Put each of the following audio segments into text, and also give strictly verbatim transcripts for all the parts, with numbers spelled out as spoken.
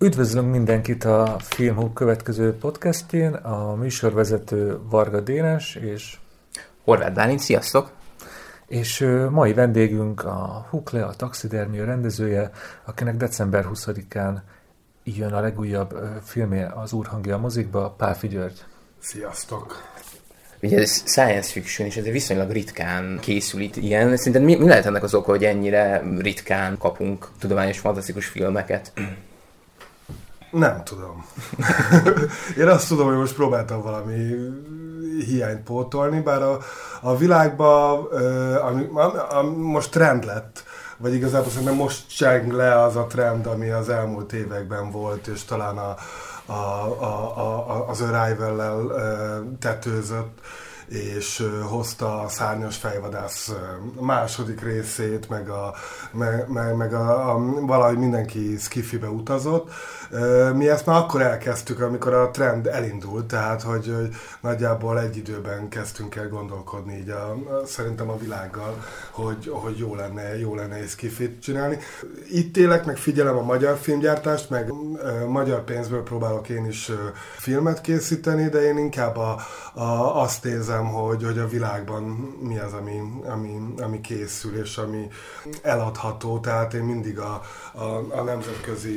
Üdvözlünk mindenkit a Filmhub következő podcastjén, a műsorvezető Varga Dénes és Horváth Bálint, sziasztok! És mai vendégünk a Hukle, a Taxidermia rendezője, akinek december huszadikán jön a legújabb filmje, az Úr hangja a mozikba, Pálffy György. Sziasztok! Ugye ez science fiction, és ez viszonylag ritkán készül itt ilyen. Szerinted mi, mi lehet ennek az oka, hogy ennyire ritkán kapunk tudományos, fantasztikus filmeket? Nem tudom. Én azt tudom, hogy most próbáltam valami hiányt pótolni, bár a, a világban ami, ami most trend lett, vagy igazából szerintem most cseng le az a trend, ami az elmúlt években volt, és talán a, a, a, a, az Arrival-lel tetőzött, és hozta a Szárnyas fejvadász második részét, meg, a, meg, meg, meg a, a, valahogy mindenki skifibe utazott. Mi ezt már akkor elkezdtük, amikor a trend elindult, tehát hogy, hogy nagyjából egy időben kezdtünk el gondolkodni így a, a, szerintem a világgal, hogy, hogy jó lenne, jó lenne egy skifit csinálni. Itt élek, meg figyelem a magyar filmgyártást, meg ö, magyar pénzből próbálok én is ö, filmet készíteni, de én inkább a, a, azt nézem, Hogy, hogy a világban mi az, ami, ami, ami készül, és ami eladható. Tehát én mindig a, a, a nemzetközi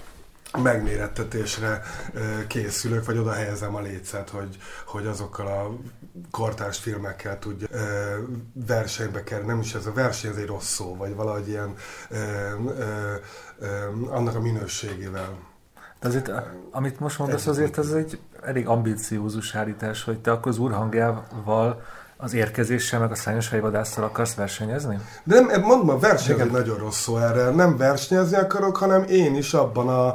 megmérettetésre készülök, vagy oda helyezem a lécet, hogy, hogy azokkal a kortárs filmekkel tudja versenybe kerülni. Nem is ez a verseny, ez egy rossz szó, vagy valahogy ilyen ö, ö, ö, annak a minőségével. De azért, amit most mondasz, azért ez egy elég ambiciózus állítás, hogy te akkor az Úr hangjával, az Érkezéssel, meg a Szárnyas fejvadásszal akarsz versenyezni? De nem, mondom, a verseny egy nagyon rossz szó erre. Nem versenyezni akarok, hanem én is abban a,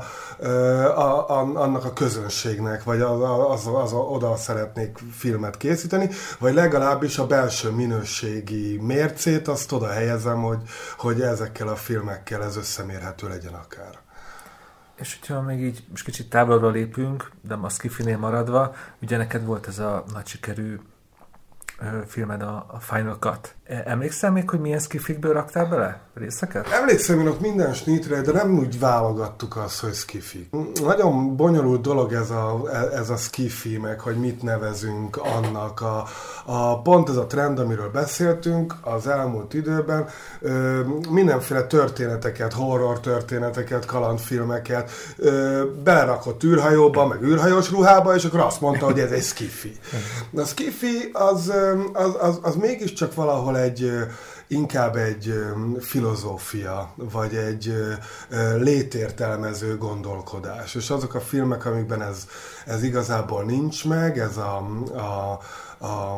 a, a, annak a közönségnek, vagy az, az, az, oda szeretnék filmet készíteni, vagy legalábbis a belső minőségi mércét azt oda helyezem, hogy, hogy ezekkel a filmekkel ez összemérhető legyen akár. És hogyha még így most kicsit távolabbra lépünk, de a skifinél maradva, ugye neked volt ez a nagy sikerű ö, filmed, a, a Final Cut. Emlékszel még, hogy milyen skifikből raktál bele részeket? Emlékszem én ott minden snitre, de nem úgy válogattuk azt, hogy skifi. Nagyon bonyolult dolog ez a, ez a skifi, meg hogy mit nevezünk annak. A, a, pont ez a trend, amiről beszéltünk az elmúlt időben, ö, mindenféle történeteket, horror történeteket, kalandfilmeket ö, belerakott űrhajóba, meg űrhajós ruhába, és akkor azt mondta, hogy ez egy skifi. A skifi az, az, az, az mégiscsak valahol egy, inkább egy filozófia, vagy egy létértelmező gondolkodás. És azok a filmek, amikben ez, ez igazából nincs meg, ez a, a, a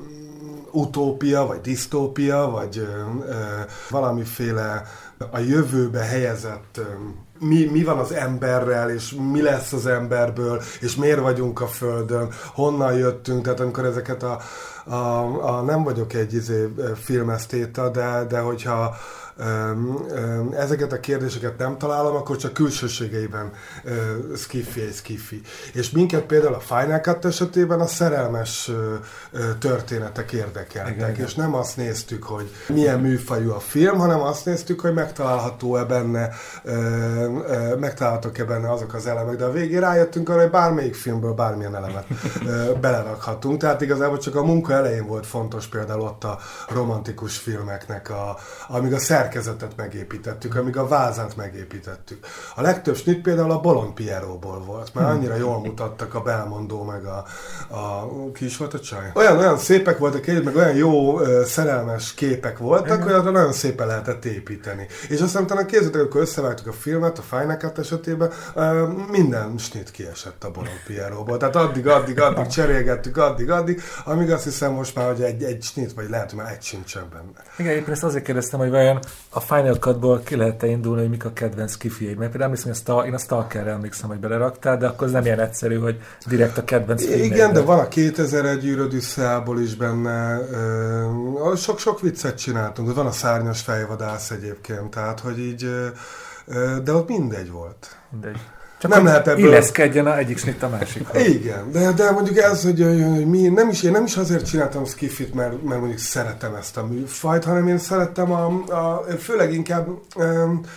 utópia, vagy disztópia, vagy ö, valamiféle a jövőbe helyezett Mi, mi van az emberrel, és mi lesz az emberből, és miért vagyunk a Földön, honnan jöttünk, tehát amikor ezeket a, a, a nem vagyok egy izé, filmesztéta, de, de hogyha öm, öm, ezeket a kérdéseket nem találom, akkor csak külsőségeiben ö, skifi és skifi. És minket például a Final Cut esetében a szerelmes ö, ö, történetek érdekeltek, igen, és nem azt néztük, hogy milyen műfajú a film, hanem azt néztük, hogy megtalálható-e benne, ö, ö, megtalálhatók-e benne azok az elemek, de a végén rájöttünk arra, hogy bármelyik filmből bármilyen elemet ö, belerakhatunk. Tehát igazából csak a munka elején volt fontos például ott a romantikus filmeknek, a, amíg a szerkezetet megépítettük, amíg a vázát megépítettük. A legtöbb snit például a Bolond Pierrotból volt, mert annyira jól mutattak a Belmondo, meg a, a ki is volt a csaj? Olyan, olyan szépek voltak együtt, meg olyan jó uh, szerelmes képek voltak, hogy arra nagyon szépen lehetett építeni. És aztán utána képzeljétek, amikor összevágtuk a filmet, a Final Cut esetében, uh, minden snit kiesett a Bolond Pierrotból. Tehát addig, addig, addig cserélgettük, addig, addig, amíg azt hiszem most már, hogy egy, egy snit, vagy lehet, hogy már egy sincsen benne. Igen, éppen ezt azért kérdeztem, hogy vajon a Final Cut-ból ki lehet indulni, hogy mik a kedvenc skifijeid. Mert például emlékszem, hogy a, én a Stalkerre emlékszem, hogy beleraktál, de akkor ez nem ilyen egyszerű, hogy direkt a kedvenc filmjeid. Igen, de van a kétezer-egy űrödüsszeából is benne. Sok-sok viccet csináltunk. Van a Szárnyas fejvadász egyébként, tehát, hogy így, de ott mindegy volt. Mindegy. Csak nem lehet ebből... illeszkedjen a egyik snitt a másikhoz. Igen, de, de mondjuk ez, hogy, hogy mi, nem is, én nem is azért csináltam skifit, mert, mert mondjuk szeretem ezt a műfajt, hanem én szerettem a, a főleg inkább um,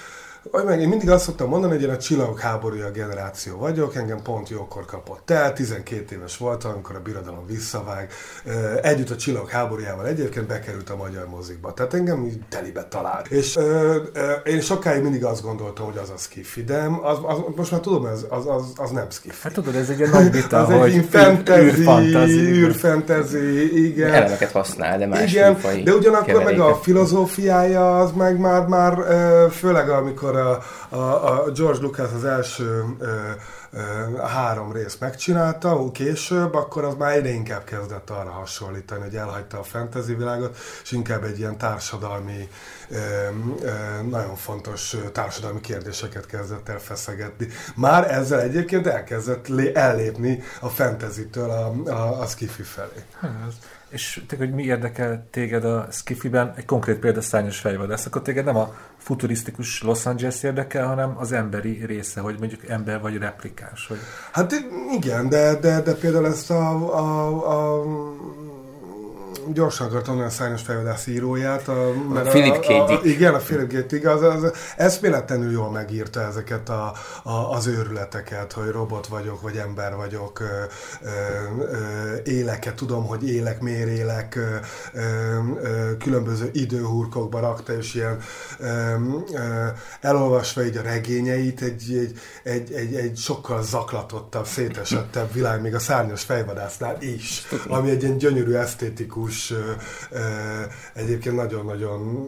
Vagy meg én mindig azt szoktam mondani, hogy én a csillagok háborúja generáció vagyok, engem pont jókor kapott el, tizenkét éves voltam, amikor a birodalom visszavág. Együtt a csillagok háborújával egyébként bekerült a magyar mozikba. Tehát engem így telibe talált. És ö, ö, én sokáig mindig azt gondoltam, hogy az a skifi, de az, az, most már tudom, az, az, az, az nem skifi. Hát tudod, ez egy ilyen nagy vita, az hogy egy fantasy, űrfantasy, űrfantasy, igen. Elemeket használ, de más igen, műfaj de ugyanakkor keveréket. meg a filozófiája az meg már, már főleg amikor a, a, a George Lucas az első a három részt megcsinálta, később, akkor az már egyre inkább kezdett arra hasonlítani, hogy elhagyta a fantasy világot, és inkább egy ilyen társadalmi, nagyon fontos társadalmi kérdéseket kezdett el feszegetni. Már ezzel egyébként elkezdett ellépni a fantasy-től a, a, a skifi felé. Hát, és te, hogy mi érdekel téged a skifiben, egy konkrét példa Szárnyas fejvadász, akkor téged nem a futurisztikus Los Angeles érdekel, hanem az emberi része, hogy mondjuk ember vagy replikáns. Vagy... Hát igen, de, de, de például ezt a, a, a gyorsan akartam a Szárnyas fejvadász íróját. A, a Philip K. Dick. Igen, a Philip K. Dick, az, az eszméletlenül jól megírta ezeket a, a, az őrületeket, hogy robot vagyok, vagy ember vagyok, ö, ö, élek-e, tudom, hogy élek, miért élek, ö, ö, különböző időhurkokba rakta, és ilyen ö, ö, elolvasva így a regényeit, egy, egy, egy, egy, egy sokkal zaklatottabb, szétesettebb világ, még a Szárnyas fejvadásznál is, ami egy ilyen gyönyörű, esztétikus, egyébként nagyon-nagyon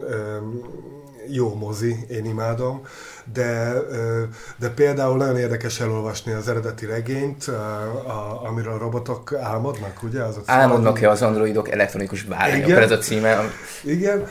jó mozi, én imádom, de, de például nagyon érdekes elolvasni az eredeti regényt, a, amiről a robotok álmodnak, ugye? Az Álmodnak-e az androidok elektronikus bárányokra, ez a címe? Igen,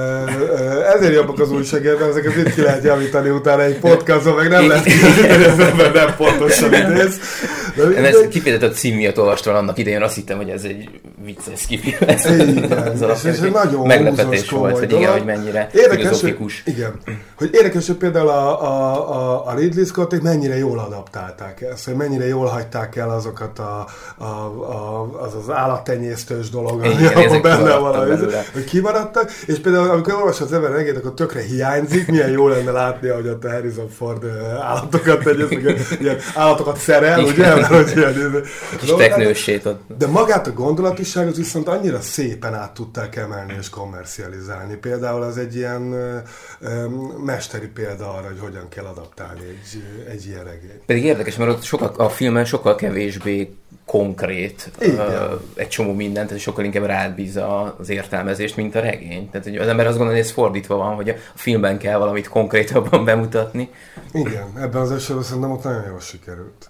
ezért jobbak az újságérben, ezeket itt ki lehet javítani utána egy podcaston, meg nem lehet kiavítani, ez ember nem pontosan idéz. Én ezt kifejezetten a cím miatt olvastam annak idején, azt hittem, hogy ez egy vicces skifi lesz. Igen, és ez egy nagyon meglepetés volt, hogy igen, hogy mennyire filozófikus. Igen, hogy érdekes, hogy például a, a, a Ridley Scotték mennyire jól adaptálták ezt, hogy mennyire jól hagyták el azokat a, a, a, az az állattenyésztős dolog, ami abban benne van, hogy kimaradtak, és például amikor olvasod az ember regényt, akkor tökre hiányzik, milyen jó lenne látni, ahogy ott a Harrison Ford állatokat tenyészt, ilyen állatokat szerel, ugye? Hogy ilyen, kis teknősét ott. De magát a gondolatiságot viszont annyira szépen át tudták emelni és kommercializálni. Például az egy ilyen um, mesteri példa arra, hogy hogyan kell adaptálni egy, egy ilyen regényt. Pedig érdekes, mert ott sokkal, a filmen sokkal kevésbé konkrét uh, egy csomó mindent, tehát sokkal inkább rád bízza az értelmezést, mint a regény. Tehát hogy az ember azt gondolja, hogy ez fordítva van, hogy a filmben kell valamit konkrétabban bemutatni. Igen, ebben az esetben szerintem ott nagyon jól sikerült.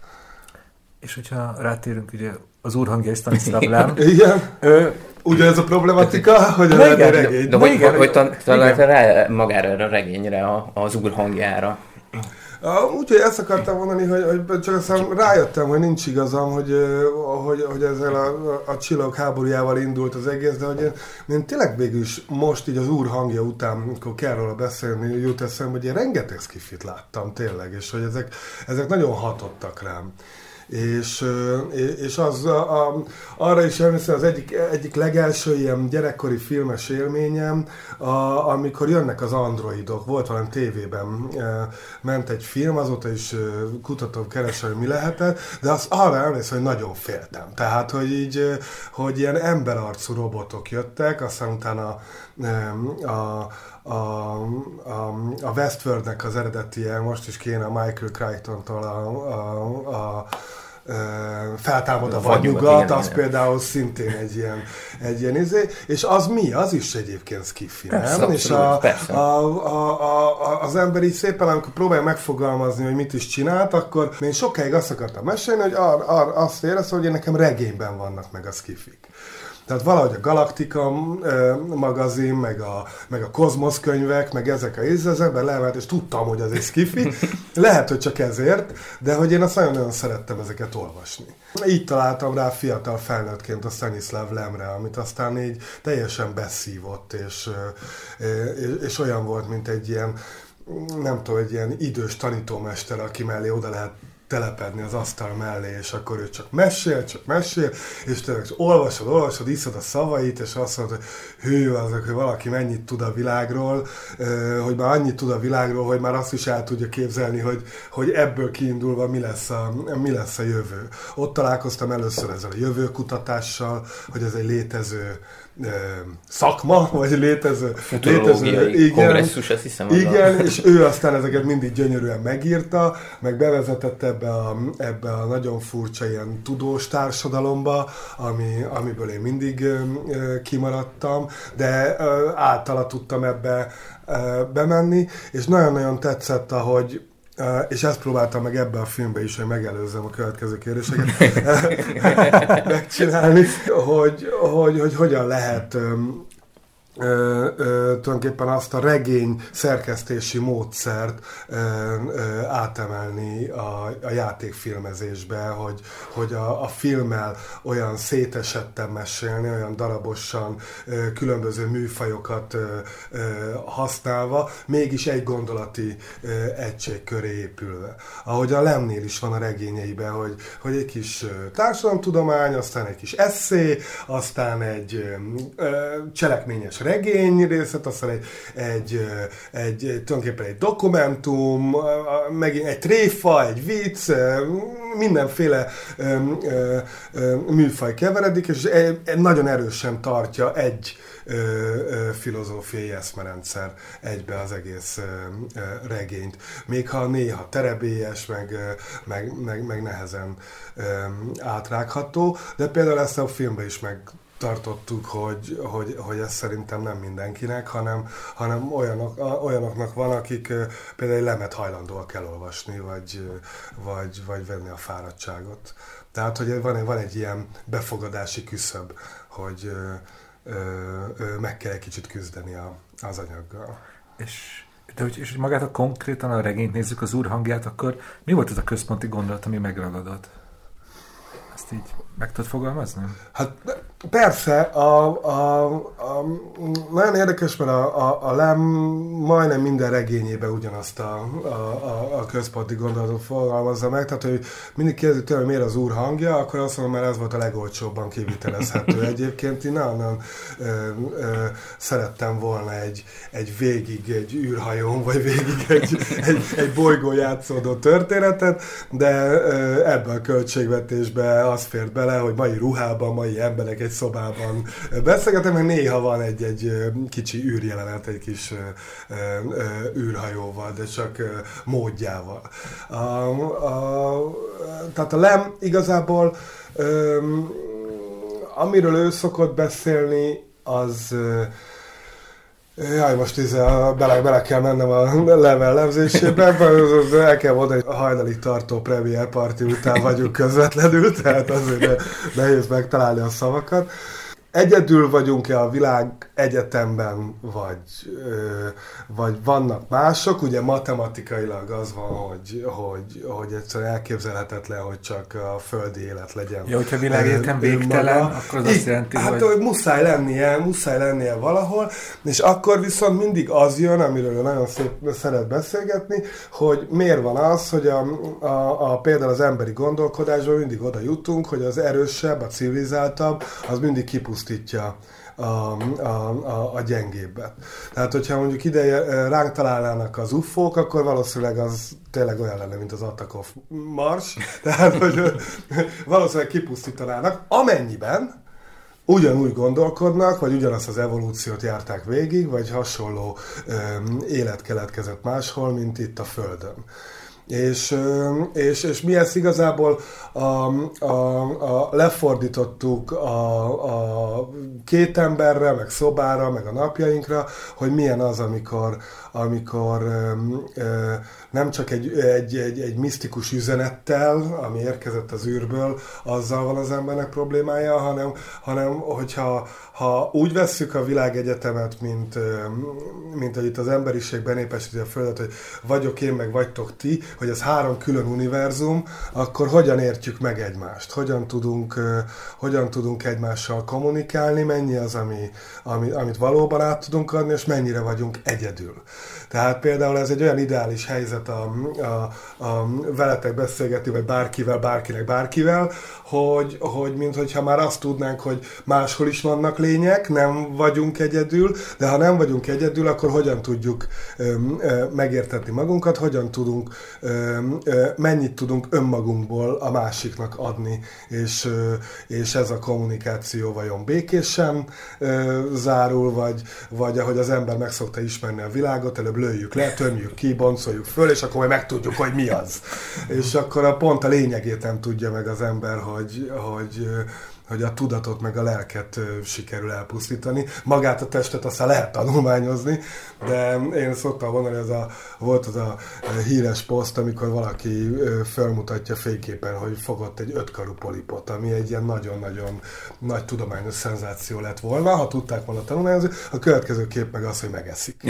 És hogyha rátérünk ugye az úrhangja és Stanislav Lem. Igen. Ő, ugye ez a problematika, hogy a igen, regény. De, de hogy, hogy, hogy találta rá magára a regényre, az úrhangjára? Úgyhogy ezt akartam mondani, hogy, hogy csak aztán rájöttem, hogy nincs igazam, hogy, hogy, hogy ezzel a, a csillagok háborújával indult az egész, de hogy én, én tényleg végül is most így az úr hangja után, amikor kell róla beszélni, jut eszembe, hogy én rengeteg skifit láttam tényleg, és hogy ezek, ezek nagyon hatottak rám. És, és az a, a, arra is emlékszem, az egyik, egyik legelső ilyen gyerekkori filmes élményem, a, amikor jönnek az androidok, volt valami tévében, e, ment egy film, azóta is kutatom, keresem, hogy mi lehetett, de azt arra emlékszem, hogy nagyon féltem. Tehát, hogy így, hogy ilyen emberarcú robotok jöttek, aztán utána a, a A, a, a Westworldnek az eredetie, most is kéne a Michael Crichton-tól a, a, a, a feltámad a vadnyugat, az például szintén egy ilyen, egy ilyen izé, és az mi? Az is egyébként skifi, nem? Persze, és a, a, a, a, az ember így szépen, amikor próbálja megfogalmazni, hogy mit is csinált, akkor én sokáig azt akartam mesélni, hogy ar, ar, azt éreztem, hogy nekem regényben vannak meg a skifik. Tehát valahogy a Galactica magazin, meg a, meg a Kozmosz könyvek, meg ezek a íz, az ember levált, és tudtam, hogy az egy skifi. Lehet, hogy csak ezért, de hogy én azt nagyon-nagyon szerettem ezeket olvasni. Így találtam rá fiatal felnőttként a Stanislav Lemre, amit aztán így teljesen beszívott, és, és, és olyan volt, mint egy ilyen, nem tudom, egy ilyen idős tanítómester, aki mellé oda lehet telepedni az asztal mellé, és akkor ő csak mesél, csak mesél, és tényleg olvasod, olvasod, iszod a szavait, és azt mondod, hogy hű, azok, hogy valaki mennyit tud a világról, hogy már annyit tud a világról, hogy már azt is el tudja képzelni, hogy, hogy ebből kiindulva mi lesz, a, mi lesz a jövő. Ott találkoztam először ezzel a jövőkutatással, hogy ez egy létező szakma, vagy létező, létező igen, kongresszus, azt hiszem. Igen, és ő aztán ezeket mindig gyönyörűen megírta, meg bevezetett ebbe a, ebbe a nagyon furcsa ilyen tudós társadalomba, ami, amiből én mindig kimaradtam, de általa tudtam ebbe bemenni, és nagyon-nagyon tetszett, ahogy és ezt próbáltam meg ebben a filmben is, hogy megelőzzem a következő kérdéseket megcsinálni, hogy, hogy, hogy hogyan lehet Ö, ö, tulajdonképpen azt a regény szerkesztési módszert ö, ö, átemelni a, a játékfilmezésbe, hogy, hogy a, a filmmel olyan szétesetten mesélni, olyan darabosan ö, különböző műfajokat ö, ö, használva, mégis egy gondolati ö, egység köré épülve. Ahogy a Lemnél is van a regényeiben, hogy, hogy egy kis társadalomtudomány, aztán egy kis esszé, aztán egy ö, cselekményes regény részlet, aztán egy, egy, egy, tulajdonképpen egy dokumentum, megint egy tréfa, egy vicc, mindenféle műfaj keveredik, és nagyon erősen tartja egy filozófiai eszmerendszer egybe az egész regényt. Még ha néha terebélyes, meg, meg, meg, meg nehezen átrágható, de például ezt a filmben is meg tartottuk, hogy, hogy, hogy ez szerintem nem mindenkinek, hanem, hanem olyanok, olyanoknak van, akik például egy lemet hajlandóak elolvasni, vagy, vagy, vagy venni a fáradtságot. Tehát, hogy van, van egy ilyen befogadási küszöb, hogy ö, ö, meg kell egy kicsit küzdeni a, az anyaggal. És, de hogy, és hogy magát a konkrétan a regényt nézzük, az Úr hangját, akkor mi volt ez a központi gondolat, ami megragadott? Ezt így meg tudod fogalmazni? Hát persze, a, a, a, nagyon érdekes, mert a, a, a Lem majdnem minden regényében ugyanazt a, a, a, a központi gondolatot fogalmazza meg, tehát hogy mindig kérdezik tőle, hogy miért az Úr hangja, akkor azt mondom, mert ez volt a legolcsóbban kivitelezhető. Egyébként én nagyon ö, ö, szerettem volna egy, egy végig egy űrhajón, vagy végig egy, egy, egy bolygón játszódó történetet, de ö, ebben a költségvetésben az fért bele, hogy mai ruhában, mai emberek egy szobában beszélgetem, meg néha van egy-egy kicsi űrjelenet, egy kis űrhajóval, de csak módjával. A, a, tehát a Lem igazából, amiről ő szokott beszélni, az... Jaj, most izé, bele, bele kell mennem a Lem elemzésébe, el kell mondani, hogy a hajnalig tartó premier party után vagyunk közvetlenül, tehát azért nehéz megtalálni a szavakat. Egyedül vagyunk-e a világ egyetemben, vagy, ö, vagy vannak mások? Ugye matematikailag az van, hogy, hogy, hogy egyszerűen elképzelhetetlen, hogy csak a földi élet legyen. Ja, hogyha világegyetem végtelen, akkor az azt jelenti, hát, hogy... hogy muszáj lennie, muszáj lennie valahol, és akkor viszont mindig az jön, amiről nagyon szép szeret beszélgetni, hogy miért van az, hogy a, a, a, például az emberi gondolkodásban mindig oda jutunk, hogy az erősebb, a civilizáltabb, az mindig kipusztítja a, a, a, a gyengébbet. Tehát, hogyha mondjuk ide ránk találnának az ufók, akkor valószínűleg az tényleg olyan lenne, mint az Atakov Mars. Tehát, hogy valószínűleg kipusztítanának, amennyiben ugyanúgy gondolkodnak, vagy ugyanazt az evolúciót járták végig, vagy hasonló ö, élet keletkezett máshol, mint itt a Földön. És, és, és mi ezt igazából a, a, a lefordítottuk a, a két emberre, meg szobára, meg a napjainkra, hogy milyen az, amikor, amikor ö, ö, nem csak egy, egy, egy, egy misztikus üzenettel, ami érkezett az űrből, azzal van az embernek problémája, hanem, hanem hogyha ha úgy vesszük a világegyetemet, mint, mint hogy itt az emberiség benépesíti a Földet, hogy vagyok én, meg vagytok ti, hogy ez három külön univerzum, akkor hogyan értjük meg egymást? Hogyan tudunk, hogyan tudunk egymással kommunikálni? Mennyi az, ami, ami, amit valóban át tudunk adni, és mennyire vagyunk egyedül? Tehát például ez egy olyan ideális helyzet a, a, a veletek beszélgetni, vagy bárkivel, bárkinek, bárkivel, hogy, hogy minthogyha már azt tudnánk, hogy máshol is vannak lények, nem vagyunk egyedül, de ha nem vagyunk egyedül, akkor hogyan tudjuk ö, ö, megértetni magunkat, hogyan tudunk, ö, ö, mennyit tudunk önmagunkból a másiknak adni, és, ö, és ez a kommunikáció vajon békésen ö, zárul, vagy, vagy ahogy az ember meg szokta ismerni a világot, előbb lőjük le, tömjük ki, boncoljuk föl, és akkor majd megtudjuk, hogy mi az. És akkor a pont a lényegét nem tudja meg az ember, hogy, hogy, hogy a tudatot meg a lelket sikerül elpusztítani. Magát a testet aztán lehet tanulmányozni, de én szoktam mondani, ez a, volt az a híres poszt, amikor valaki felmutatja fényképen, hogy fogott egy ötkarú polipot, ami egy ilyen nagyon-nagyon nagy tudományos szenzáció lett volna, ha tudták volna tanulmányozni, a következő kép meg az, hogy megeszik.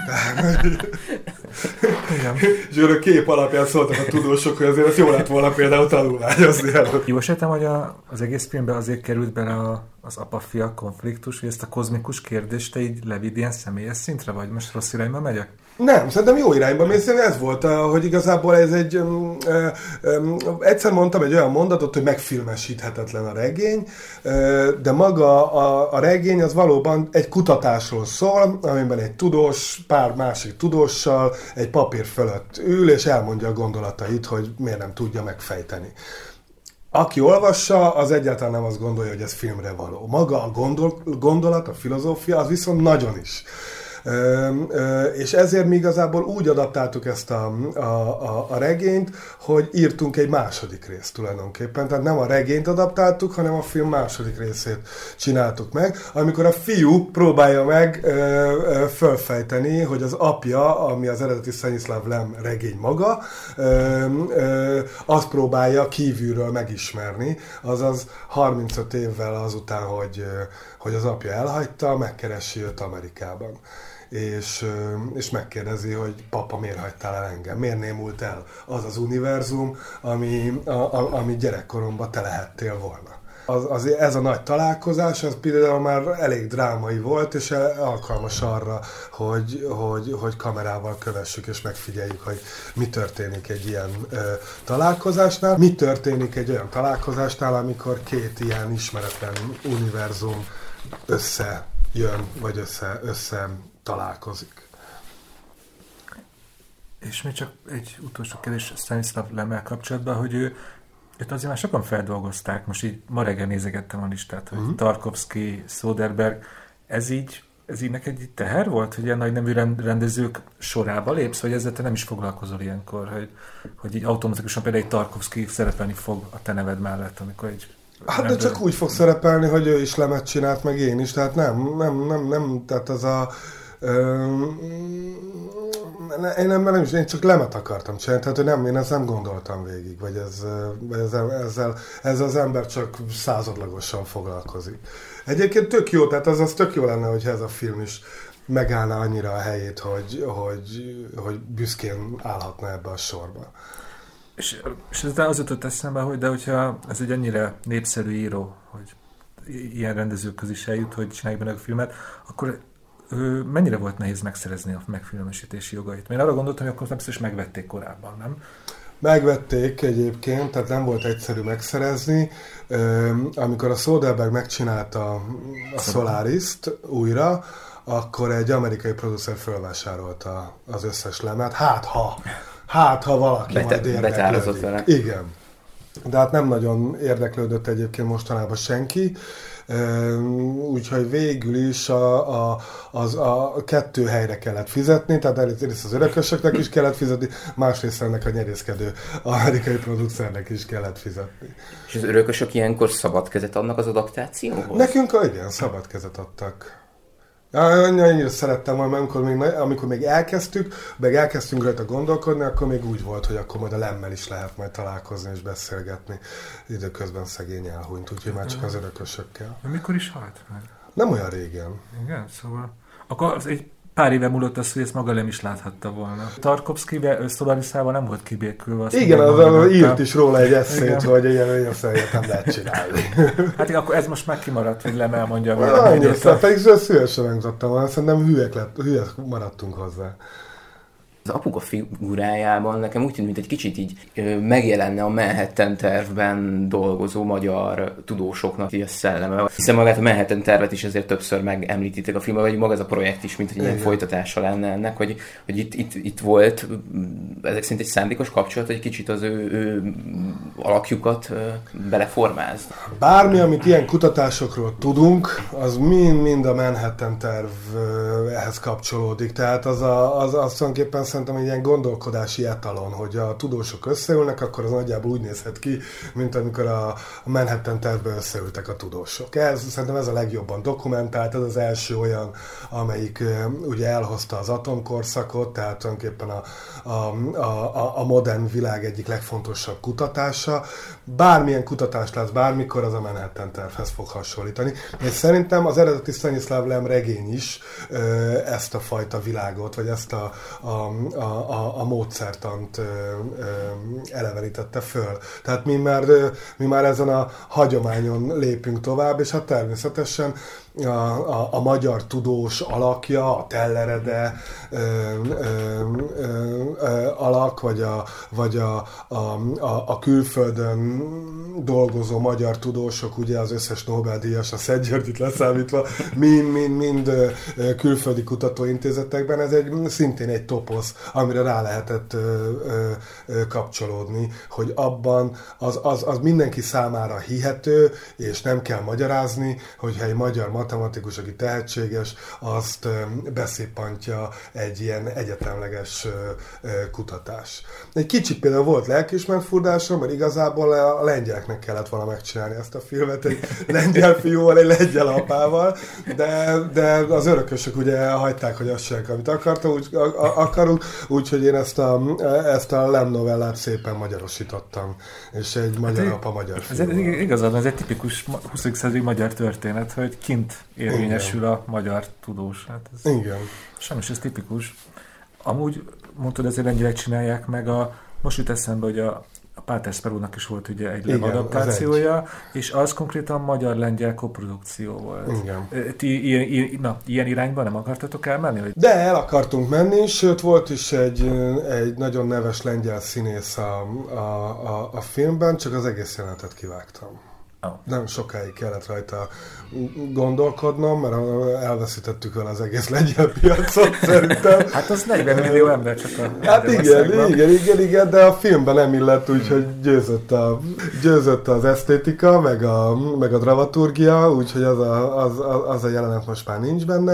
És a kép alapján szóltak a tudósok, hogy azért ez jó lett volna például tanulmányozni. Jó esetem, hogy a, az egész filmben azért került bele a, az apa-fia konfliktus, hogy ezt a kozmikus kérdést te így levidd ilyen személyes szintre, vagy most rossz irányba megyek? Nem, szerintem jó irányba mész, ez volt, hogy igazából ez egy, um, um, egyszer mondtam egy olyan mondatot, hogy megfilmesíthetetlen a regény, de maga a, a regény az valóban egy kutatásról szól, amiben egy tudós, pár másik tudóssal egy papír fölött ül, és elmondja a gondolatait, hogy miért nem tudja megfejteni. Aki olvassa, az egyáltalán nem azt gondolja, hogy ez filmre való. Maga a gondol, gondolat, a filozófia, az viszont nagyon is. Ö, ö, és ezért mi igazából úgy adaptáltuk ezt a, a, a, a regényt, hogy írtunk egy második részt tulajdonképpen. Tehát nem a regényt adaptáltuk, hanem a film második részét csináltuk meg, amikor a fiú próbálja meg ö, ö, fölfejteni, hogy az apja, ami az eredeti Stanislav Lem regény maga, ö, ö, azt próbálja kívülről megismerni, azaz harmincöt évvel azután, hogy, hogy az apja elhagyta, megkeresi őt Amerikában. És, és megkérdezi, hogy papa, miért hagytál el engem? Miért némult el az az univerzum, ami, a, a, ami gyerekkoromban te lehettél volna? Az, az, ez a nagy találkozás, az például már elég drámai volt, és alkalmas arra, hogy, hogy, hogy kamerával kövessük és megfigyeljük, hogy mi történik egy ilyen ö, találkozásnál. Mi történik egy olyan találkozásnál, amikor két ilyen ismeretlen univerzum összejön, vagy össze, össze találkozik. És még csak egy utolsó kérdés Stanislav Lemmel kapcsolatban, hogy ő, őt azért már sokan feldolgozták, most így ma reggel nézegettem a listát, hogy uh-huh. Tarkovsky, Soderbergh, ez így, ez így neked egy teher volt, hogy ilyen nagy nevű rendezők sorába lépsz, vagy ezzel te nem is foglalkozol ilyenkor, hogy, hogy így automatikusan például egy Tarkovsky szerepelni fog a te neved mellett, amikor egy Hát de csak úgy fog szerepelni, hogy ő is lemet csinált, meg én is, tehát nem, nem, nem, nem, tehát az a én nem, nem is, én csak lemet akartam csinálni, tehát nem, én ezt nem gondoltam végig, vagy ez, ezzel, ezzel, ezzel az ember csak századlagosan foglalkozik. Egyébként tök jó, tehát az, az tök jó lenne, hogyha ez a film is megállna annyira a helyét, hogy, hogy, hogy büszkén állhatna ebbe a sorba. És, és ez az jutott eszembe, hogy de hogyha ez egy ennyire népszerű író, hogy ilyen rendezők közé is eljut, hogy csináljuk benne a filmet, akkor ő, mennyire volt nehéz megszerezni a megfilmesítési jogait? Én arra gondoltam, hogy akkor nem biztos megvették korábban, nem? Megvették egyébként, tehát nem volt egyszerű megszerezni. Amikor a Soderbergh megcsinálta a Solaris-t újra, akkor egy amerikai producer fölvásárolta az összes lemet. Hát ha, hát ha valaki Bete- majd érdeklődik. Vele. Igen. De hát nem nagyon érdeklődött egyébként mostanában senki. Úgyhogy végül is a, a, az, a kettő helyre kellett fizetni, tehát egyrészt az örökösöknek is kellett fizetni, másrészt ennek a nyerészkedő amerikai producernek is kellett fizetni. És az örökösök ilyenkor szabad kezet adnak az adaptációhoz? Nekünk igen, szabad kezet adtak. Annyira szerettem volna, amikor még, amikor még elkezdtük, meg elkezdtünk rajta gondolkodni, akkor még úgy volt, hogy akkor majd a Lemmel is lehet majd találkozni és beszélgetni. Időközben szegény elhunyt, úgyhogy már csak az örökösökkel. Mikor is halt meg? Nem olyan régen. Igen, szóval... Akkor az egy pár éve múlott az, hogy ezt maga nem is láthatta volna. Tarkovszky Szolariszával nem volt kibékülve. Igen, az írt is róla egy eszét, hogy ilyen olyan szerint nem lehet csinálni. Hát igen, akkor ez most már kimaradt, hogy nem elmondja. Annyira, szóval pedig szívesen megmutattam volna, szerintem hülyek, lett, hülyek maradtunk hozzá. Az apuka figurájában nekem úgy tűnt, mint egy kicsit így ö, megjelenne a Manhattan tervben dolgozó magyar tudósoknak így a szelleme. Hiszen magát a Manhattan tervet is ezért többször megemlítitek a filmben, vagy maga ez a projekt is, mint hogy ilyen folytatása lenne ennek, hogy, hogy itt, itt, itt volt ezek szerint egy szándékos kapcsolat, hogy kicsit az ő, ő alakjukat ö, beleformázd. Bármi, amit ilyen kutatásokról tudunk, az mind-mind a Manhattan tervhez kapcsolódik. Tehát az, a, az, az tulajdonképpen szerintem egy ilyen gondolkodási etalon, hogy a tudósok összeülnek, akkor az nagyjából úgy nézhet ki, mint amikor a Manhattan tervben összeültek a tudósok. Ez, szerintem ez a legjobban dokumentált, ez az első olyan, amelyik ugye elhozta az atomkorszakot, tehát tulajdonképpen a, a, a, a modern világ egyik legfontosabb kutatása. Bármilyen kutatást látsz bármikor, az a Manhattan tervhez fog hasonlítani. És szerintem az eredeti Stanislav Lem regény is ezt a fajta világot, vagy ezt a, a A, a, a módszertant ö, ö, elevenítette föl. Tehát mi már, ö, mi már ezen a hagyományon lépünk tovább, és hát természetesen a, a, a magyar tudós alakja, a Tellerede ö, ö, ö, ö, alak, vagy, a, vagy a, a, a, a külföldön dolgozó magyar tudósok, ugye az összes Nobel-díjas, a Szent Györgyit leszámítva, mind, mind, mind külföldi kutatóintézetekben, ez egy, szintén egy toposz, amire rá lehetett ö, ö, ö, kapcsolódni, hogy abban az, az, az mindenki számára hihető, és nem kell magyarázni, hogyha egy magyar matematikus, aki tehetséges, azt ö, beszippantja egy ilyen egyetemleges ö, ö, kutatás. Egy kicsit például volt lelkiismert furdásom, mert igazából a lengyeleknek kellett volna megcsinálni ezt a filmet, egy lengyel fiúval, egy lengyel apával, de, de az örökösök ugye hagyták, hogy azt csinálják, amit akartam, úgy, a, a, akarunk, úgyhogy én ezt a, ezt a Lem novellát szépen magyarosítottam, és egy magyar hát apa, magyar fiú. Ez igazad, ez egy tipikus huszadik századi magyar történet, hogy kint érvényesül igen. A magyar tudós. Hát ez igen. Sajnos ez tipikus. Amúgy mondtad, ezért lengyelek csinálják meg a, most jut eszembe, hogy a A Páter Sparrownak is volt ugye egy Lem adaptációja, és az konkrétan magyar-lengyel koprodukció volt. Igen. Ti ilyen, ilyen, na, ilyen irányban nem akartatok elmenni? Vagy? De el akartunk menni, sőt volt is egy, egy nagyon neves lengyel színész a, a, a, a filmben, csak az egész jelenetet kivágtam. Oh. Nem sokáig kellett rajta gondolkodnom, mert elveszítettük el az egész lengyel piacot, szerintem. Hát az negyven millió ember csak a... Hát igen, igen, igen, igen, de a filmben nem illett, úgyhogy győzött, a, győzött az esztétika, meg a, meg a dramaturgia, úgyhogy az a, az, az a jelenet most már nincs benne,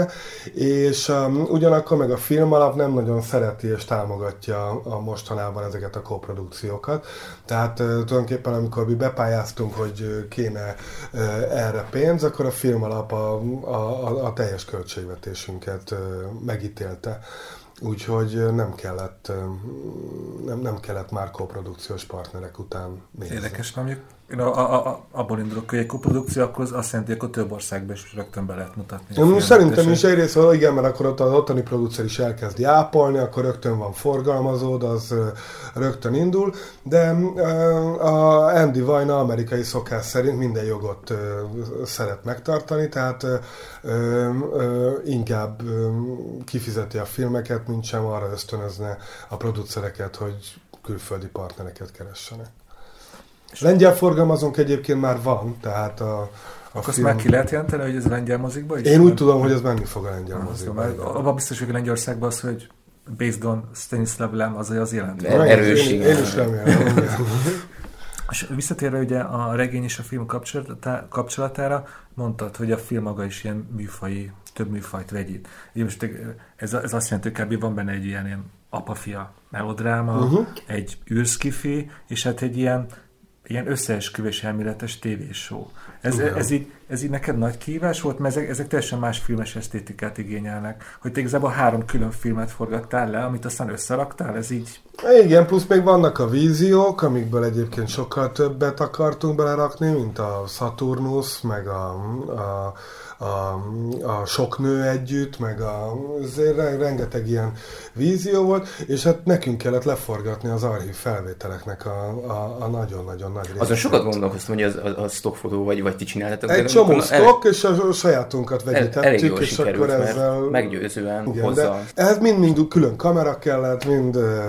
és um, ugyanakkor meg a film alap nem nagyon szereti és támogatja a mostanában ezeket a koprodukciókat. Tehát uh, tulajdonképpen amikor mi bepályáztunk, hogy kéne uh, erre pénz, akkor a film alap a, a, a teljes költségvetésünket uh, megítélte. Úgyhogy nem kellett, nem, nem kellett már koprodukciós partnerek után nézni. Érdekes, nem? Én a, a, a, abból indulok, hogy egy koprodukció, akkor azt jelenti, hogy több országban is rögtön be lehet mutatni. Én szerintem is egyrészt, hogy igen, mert akkor ott az ottani producer is elkezdi ápolni, akkor rögtön van forgalmazód, az rögtön indul, de a Andy Vajna amerikai szokás szerint minden jogot szeret megtartani, tehát inkább kifizeti a filmeket, mint sem arra ösztönözne a producereket, hogy külföldi partnereket keressenek. Lengyel forgalmazónk egyébként már van, tehát a, a Akkor film... már ki lehet jelenteni, hogy ez a lengyel mozikba is? Én úgy tudom, hogy ez menni fog a lengyel mozikba. Abban biztos, hogy Lengyelországban az, hogy based on Stanislav Lem, az az jelent. Erős, én, én is remélem. És visszatérve ugye a regény és a film kapcsolatára, mondtad, hogy a film maga is ilyen műfaji, több műfajt vegyít. Most ez, ez azt jelenti, hogy kb. Van benne egy ilyen, ilyen apa-fia melodráma, uh-huh. egy űrszkifi, és hát egy ilyen ilyen összeesküvés elméletes tévéshow. Ez, ez így ez így neked nagy kihívás volt, mert ezek, ezek teljesen más filmes esztétikát igényelnek. Hogy te igazából három külön filmet forgattál le, amit aztán összeraktál, ez így... Igen, plusz még vannak a víziók, amikből egyébként sokkal többet akartunk belerakni, mint a Saturnus, meg a, a, a, a Sok nő együtt, meg a, azért rengeteg ilyen vízió volt, és hát nekünk kellett leforgatni az archív felvételeknek a, a, a nagyon-nagyon nagy részét. Azon sokat gondolkoztam, hogy az, a, a stockfotó vagy, vagy ti csináltatok. Egy csomó stock, és a, a sajátunkat vegyítettük, elég jól és sikerült, akkor ezzel... meggyőzően igen, hozzá. Ehhez mind-mind külön kamera kellett, mind ö,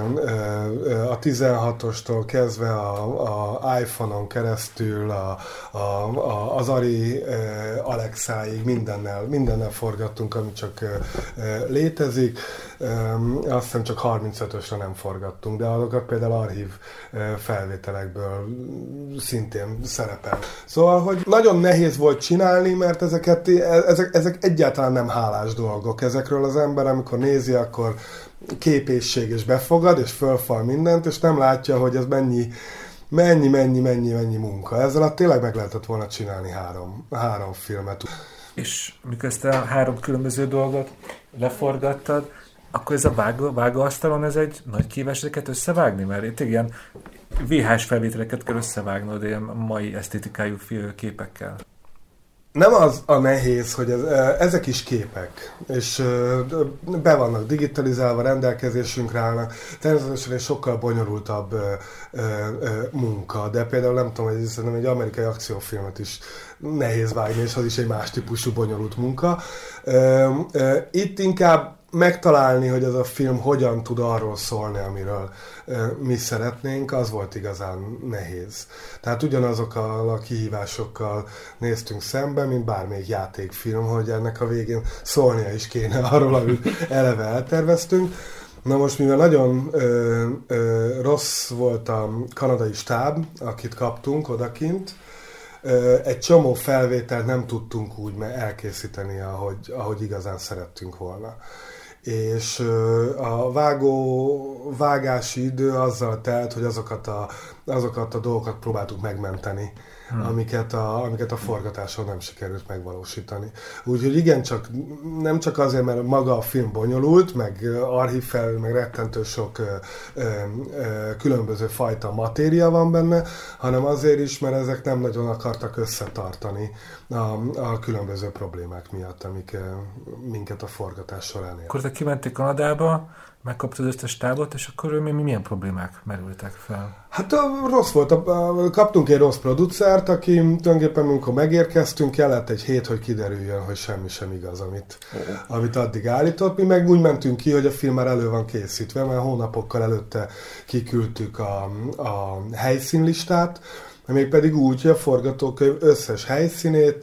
ö, a tizenhatostól kezdve a, a iPhone-on keresztül a, a, a, az Ari ö, Alexáig mindennel, mindennel forgattunk, ami csak ö, ö, létezik. Ö, azt hiszem csak harmincötösre nem forgattunk, de azokat például archív ö, felvételekből szintén szerepel. Szóval, hogy nagyon nehéz volt csinálni, mert ezeket, ezek, ezek egyáltalán nem hálás dolgok. Ezekről az ember, amikor nézi, akkor képészség és befogad, és fölfal mindent, és nem látja, hogy ez mennyi, mennyi, mennyi, mennyi, mennyi munka. Ezzel a tényleg meg lehetett volna csinálni három, három filmet. És mikor ezt a három különböző dolgot leforgattad, akkor ez a vágó, vágóasztalon ez egy nagy kihívás ezeket összevágni, mert itt ilyen vé há es felvételeket kell összevágnod ilyen mai esztétikájú képekkel. Nem az a nehéz, hogy ez, ezek is képek, és be vannak digitalizálva, rendelkezésünkre állnak. Természetesen egy sokkal bonyolultabb ö, ö, ö, munka, de például nem tudom, hogy szerintem egy amerikai akciófilmet is nehéz vágni, és az is egy más típusú bonyolult munka. Ö, ö, itt inkább megtalálni, hogy ez a film hogyan tud arról szólni, amiről ö, mi szeretnénk, az volt igazán nehéz. Tehát ugyanazokkal a kihívásokkal néztünk szembe, mint bármelyik játékfilm, hogy ennek a végén szólnia is kéne arról, amit eleve elterveztünk. Na most, mivel nagyon ö, ö, rossz volt a kanadai stáb, akit kaptunk odakint, ö, egy csomó felvételt nem tudtunk úgy elkészíteni, ahogy, ahogy igazán szerettünk volna. És a vágó, vágási idő azzal telt, hogy azokat a, azokat a dolgokat próbáltuk megmenteni, hmm. amiket, a, amiket a forgatáson nem sikerült megvalósítani. Úgyhogy igen, csak, nem csak azért, mert maga a film bonyolult, meg archív fel, meg rettentő sok ö, ö, ö, különböző fajta matéria van benne, hanem azért is, mert ezek nem nagyon akartak összetartani a, a különböző problémák miatt, amik ö, minket a forgatás során ér. Akkor te kimentél Kanadába, megkaptad ezt a stábot, és akkor mi, mi, milyen problémák merültek fel? Hát a, rossz volt. A, a, kaptunk egy rossz producert, aki tulajdonképpen, amikor megérkeztünk, kellett egy hét, hogy kiderüljön, hogy semmi sem igaz, amit, oh. amit addig állított. Mi meg úgy mentünk ki, hogy a film már elő van készítve, mert hónapokkal előtte kiküldtük a, a helyszínlistát, mégpedig úgy, hogy a forgatókönyv összes helyszínét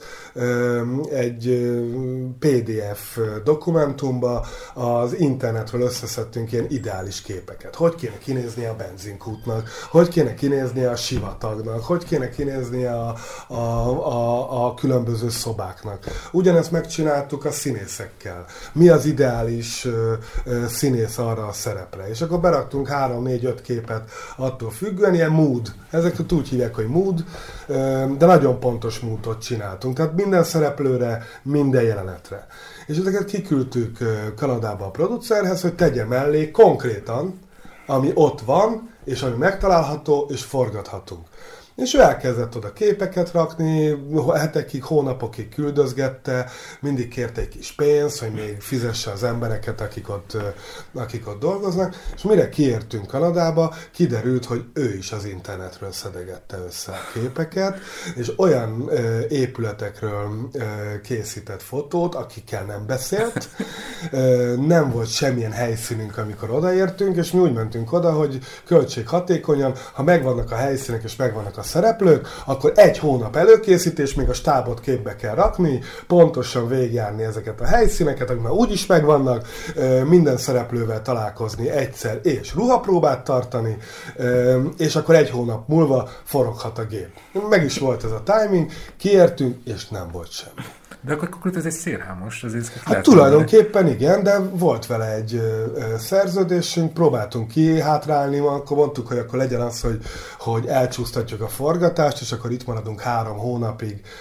egy pé dé ef dokumentumba az internetről összeszedtünk ilyen ideális képeket. Hogy kéne kinéznie a benzinkútnak, hogy kéne kinéznie a sivatagnak, hogy kéne kinéznie a, a, a, a különböző szobáknak. Ugyanezt megcsináltuk a színészekkel. Mi az ideális színész arra a szerepre? És akkor beraktunk három, négy, öt képet attól függően, ilyen mood. Ezeket úgy hívják, hogy mood, de nagyon pontos moodot csináltunk. Tehát minden szereplőre, minden jelenetre. És ezeket kiküldtük Kanadába a producerhez, hogy tegye mellé konkrétan, ami ott van, és ami megtalálható, és forgathatunk. És ő elkezdett oda képeket rakni, hetekig, hónapokig küldözgette, mindig kérte egy kis pénzt, hogy még fizesse az embereket, akik ott, akik ott dolgoznak, és mire kiértünk Kanadába, kiderült, hogy ő is az internetről szedegette össze a képeket, és olyan ö, épületekről ö, készített fotót, akikkel nem beszélt, ö, nem volt semmilyen helyszínünk, amikor odaértünk, és mi úgy mentünk oda, hogy költséghatékonyan, ha megvannak a helyszínek, és megvannak a szereplők, akkor egy hónap előkészítés, még a stábot képbe kell rakni, pontosan végigjárni ezeket a helyszíneket, amik már úgyis megvannak, minden szereplővel találkozni egyszer, és ruhapróbát tartani, és akkor egy hónap múlva foroghat a gép. Meg is volt ez a timing, kiértünk, és nem volt semmi. De akkor, akkor ez egy szélhámos. Ez hát tulajdonképpen igen, de volt vele egy ö, ö, szerződésünk, próbáltunk kihátrálni, akkor mondtuk, hogy akkor legyen az, hogy, hogy elcsúsztatjuk a forgatást, és akkor itt maradunk három hónapig.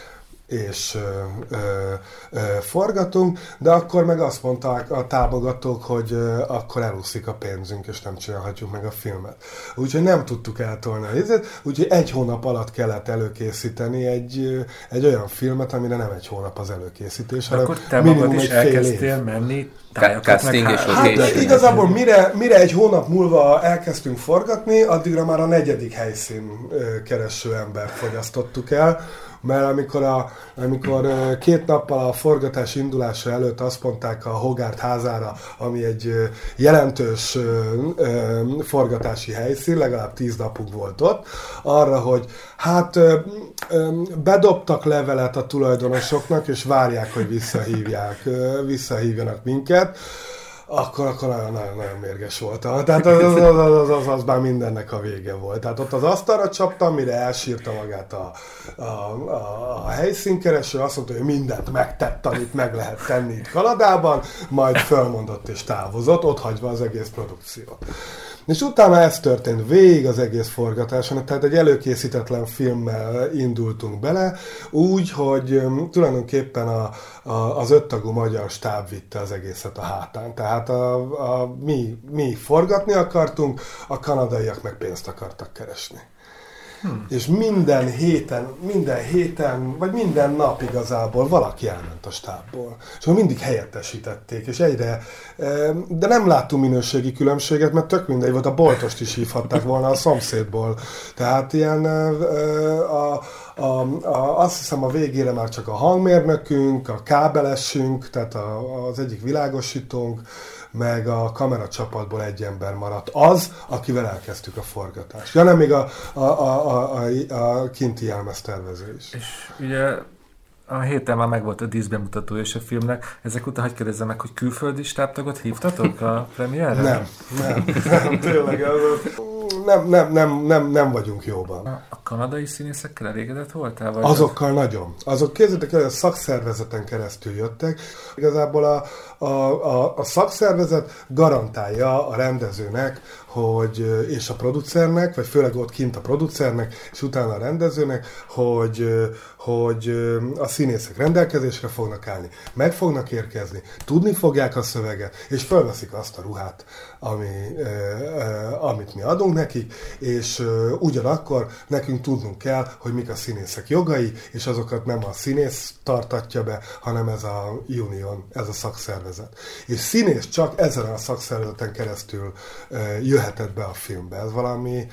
és ö, ö, ö, forgatunk, de akkor meg azt mondták a támogatók, hogy ö, akkor elúszik a pénzünk, és nem csinálhatjuk meg a filmet. Úgyhogy nem tudtuk eltolni a helyzetet, úgyhogy egy hónap alatt kellett előkészíteni egy, egy olyan filmet, amire nem egy hónap az előkészítés, hanem akkor te magad is elkezdtél menni, casting és hát, igazából mire, mire egy hónap múlva elkezdtünk forgatni, addigra már a negyedik helyszín kereső embert fogyasztottuk el, mert amikor, a, amikor két nappal a forgatás indulása előtt azt mondták a Hogarth házára, ami egy jelentős forgatási helyszín, legalább tíz napunk volt ott, arra, hogy hát bedobtak levelet a tulajdonosoknak, és várják, hogy visszahívják, visszahívjanak minket, akkor, akkor nagyon, nagyon, nagyon mérges voltam. Tehát az, az, az, az, az, az már mindennek a vége volt. Tehát ott az asztalra csaptam, mire elsírta magát a, a, a, a helyszínkereső, azt mondta, hogy mindent megtett, amit meg lehet tenni itt Kanadában, majd fölmondott és távozott, ott hagyva az egész produkciót. És utána ez történt végig az egész forgatáson, tehát egy előkészítetlen filmmel indultunk bele, úgy, hogy um, tulajdonképpen a, a, az öttagú magyar stáb vitte az egészet a hátán. Tehát a, a, mi, mi forgatni akartunk, a kanadaiak meg pénzt akartak keresni. Hmm. És minden héten, minden héten, vagy minden nap igazából valaki elment a stábból. És mindig helyettesítették, és egyre, de nem láttunk minőségi különbséget, mert tök mindegy volt, a boltost is hívhatták volna a szomszédból. Tehát ilyen, a, a, a, azt hiszem a végére már csak a hangmérnökünk, a kábelesünk, tehát a, az egyik világosítónk, meg a kameracsapatból egy ember maradt. Az, akivel elkezdtük a forgatást. Ja, nem, még a, a, a, a, a kinti jelmeztervező is. És ugye a héten már megvolt a díszbemutató és a filmnek. Ezek után hagyj kérdezzem meg, hogy külföldi stábtagot hívtatok a premierre? Nem, nem, nem, tényleg. Nem, nem, nem, nem, nem vagyunk jóban. A kanadai színészekkel elégedett voltál? Vagy Azokkal az... nagyon. Azok képzeljétek el, hogy a szakszervezeten keresztül jöttek. Igazából a, a, a, a szakszervezet garantálja a rendezőnek, hogy, és a producernek, vagy főleg ott kint a producernek, és utána a rendezőnek, hogy, hogy a színészek rendelkezésre fognak állni, meg fognak érkezni, tudni fogják a szöveget, és felveszik azt a ruhát, ami, amit mi adunk nekik, és ugyanakkor nekünk tudnunk kell, hogy mik a színészek jogai, és azokat nem a színész tartatja be, hanem ez a union, ez a szakszervezet. És színész csak ezen a szakszervezeten keresztül jöhetett be a filmbe. Ez valami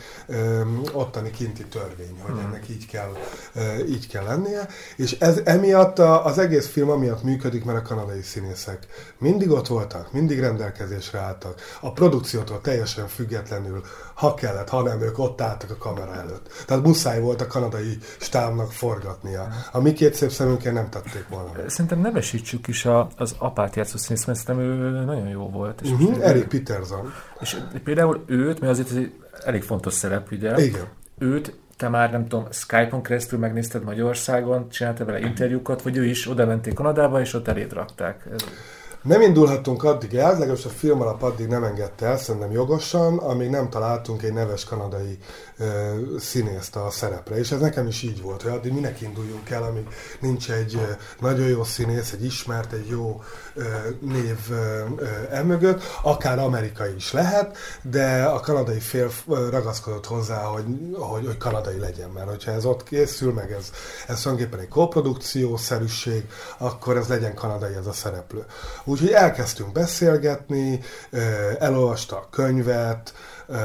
ottani kinti törvény, hogy ennek így kell, így kell lennie, és ez emiatt a, az egész film amiatt működik, mert a kanadai színészek mindig ott voltak, mindig rendelkezésre álltak, a produkciótól teljesen függetlenül, ha kellett, ha nem, ők ott álltak a kamera előtt. Tehát muszáj volt a kanadai stábnak forgatnia. A mi két szép szemünkkel nem tették volna. Szerintem nevesítsük is a, az apát játszó színész, mert szerintem ő nagyon jó volt. És uh-huh, Eric Peterson. És például őt, mert azért ez egy elég fontos szerep, ugye? Igen. Őt te már, nem tudom, Skype-on keresztül megnézted Magyarországon, csináltál vele interjúkat, vagy ő is oda menték Kanadába, és ott eléd rakták. Ez... Nem indulhattunk addig el, legalábbis a film alap addig nem engedte el, szerintem jogosan, amíg nem találtunk egy neves kanadai ö, színészt a szerepre. És ez nekem is így volt, hogy addig minek induljunk el, amíg nincs egy ö, nagyon jó színész, egy ismert, egy jó ö, név emögött, akár amerikai is lehet, de a kanadai fél ragaszkodott hozzá, hogy, hogy, hogy kanadai legyen, mert hogyha ez ott készül, meg ez, ez tulajdonképpen egy koprodukciószerűség, akkor ez legyen kanadai ez a szereplő. Úgyhogy elkezdtünk beszélgetni, elolvasta a könyvet,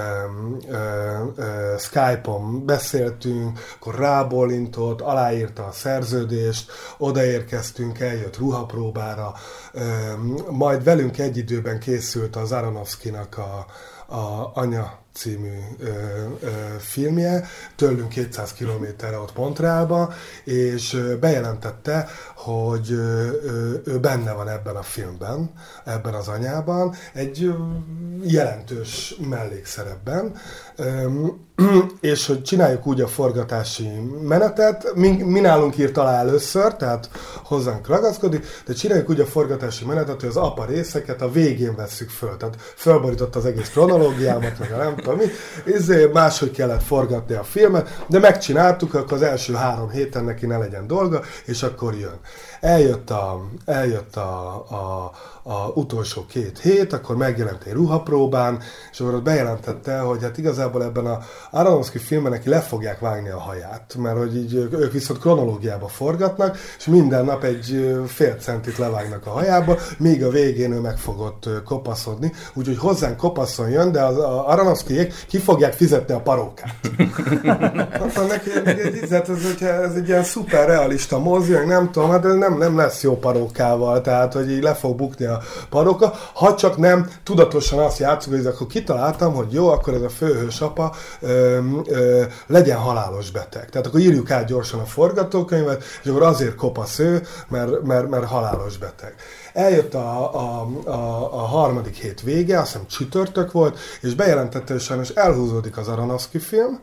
Skype-on beszéltünk, akkor rábólintott, aláírta a szerződést, odaérkeztünk, eljött ruhapróbára, majd velünk egy időben készült az Aronofskynak a, a Anya című ö, ö, filmje, tőlünk kétszáz kilométerre ott Montrealba, és bejelentette, hogy ö, ő benne van ebben a filmben, ebben az Anyában, egy ö, jelentős mellékszerepben, ö, és hogy csináljuk úgy a forgatási menetet, mi, mi nálunk írt alá először, tehát hozzánk ragaszkodik, de csináljuk úgy a forgatási menetet, hogy az apa részeket a végén vesszük föl, tehát fölborított az egész kronológiámat, meg a nem tudom mi, ezért máshogy kellett forgatni a filmet, de megcsináltuk, akkor az első három héten neki ne legyen dolga, és akkor jön. Eljött a, eljött a, a, a utolsó két hét, akkor megjelent egy ruhapróbán, és akkor ott bejelentette, hogy hát igazából ebben a Aronofsky filmben neki le fogják vágni a haját, mert hogy így ők viszont kronológiába forgatnak, és minden nap egy fél centit levágnak a hajába, míg a végén ő meg fogott kopaszodni, úgyhogy hozzánk kopaszon jön, de az Aronofskyék ki fogják fizetni a parókát. Aztán neki, ez, ez, ez egy ilyen szuper realista mozi, nem tudom, hát nem, nem lesz jó parókával, tehát hogy így le fog bukni a paróka, ha csak nem tudatosan azt játszunk, hogy akkor kitaláltam, hogy jó, akkor ez a főhős apa ö, ö, legyen halálos beteg. Tehát akkor írjuk át gyorsan a forgatókönyvet, és akkor azért kopasz ő, mert, mert, mert halálos beteg. Eljött a, a, a, a harmadik hét vége, azt hiszem csütörtök volt, és bejelentette, hogy sajnos elhúzódik az Aronofsky film,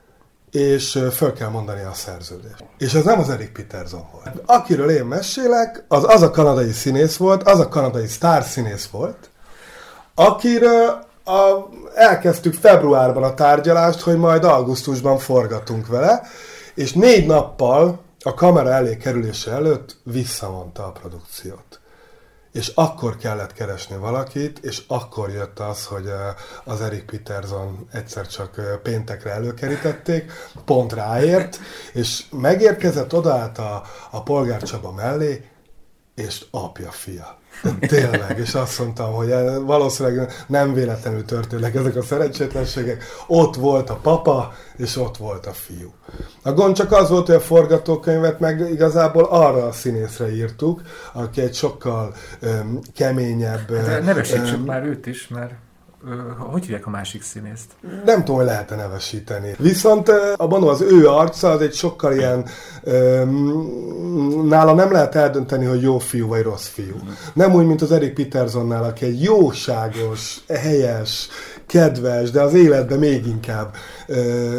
és föl kell mondani a szerződést. És ez nem az Eric Peterson volt. Akiről én mesélek, az az a kanadai színész volt, az a kanadai sztárszínész volt, akiről a, elkezdtük februárban a tárgyalást, hogy majd augusztusban forgatunk vele, és négy nappal a kamera elé kerülése előtt visszamondta a produkciót. És akkor kellett keresni valakit, és akkor jött az, hogy az Eric Peterson egyszer csak péntekre előkerítették, pont ráért, és megérkezett, odaállt a, a Polgár Csaba mellé, és apja fia. De tényleg, és azt mondtam, hogy valószínűleg nem véletlenül történnek ezek a szerencsétlenségek. Ott volt a papa, és ott volt a fiú. A gond csak az volt, hogy a forgatókönyvet meg igazából arra a színészre írtuk, aki egy sokkal öm, keményebb... Hát nevesítsük öm, már őt is, mert ö, hogy hívják a másik színészt? Nem tudom, hogy lehet-e nevesíteni. Viszont a Bono, az ő arca, az egy sokkal ilyen... Öm, nála nem lehet eldönteni, hogy jó fiú vagy rossz fiú. Nem úgy, mint az Eric Petersonnál, aki egy jóságos, helyes, kedves, de az életben még inkább ö,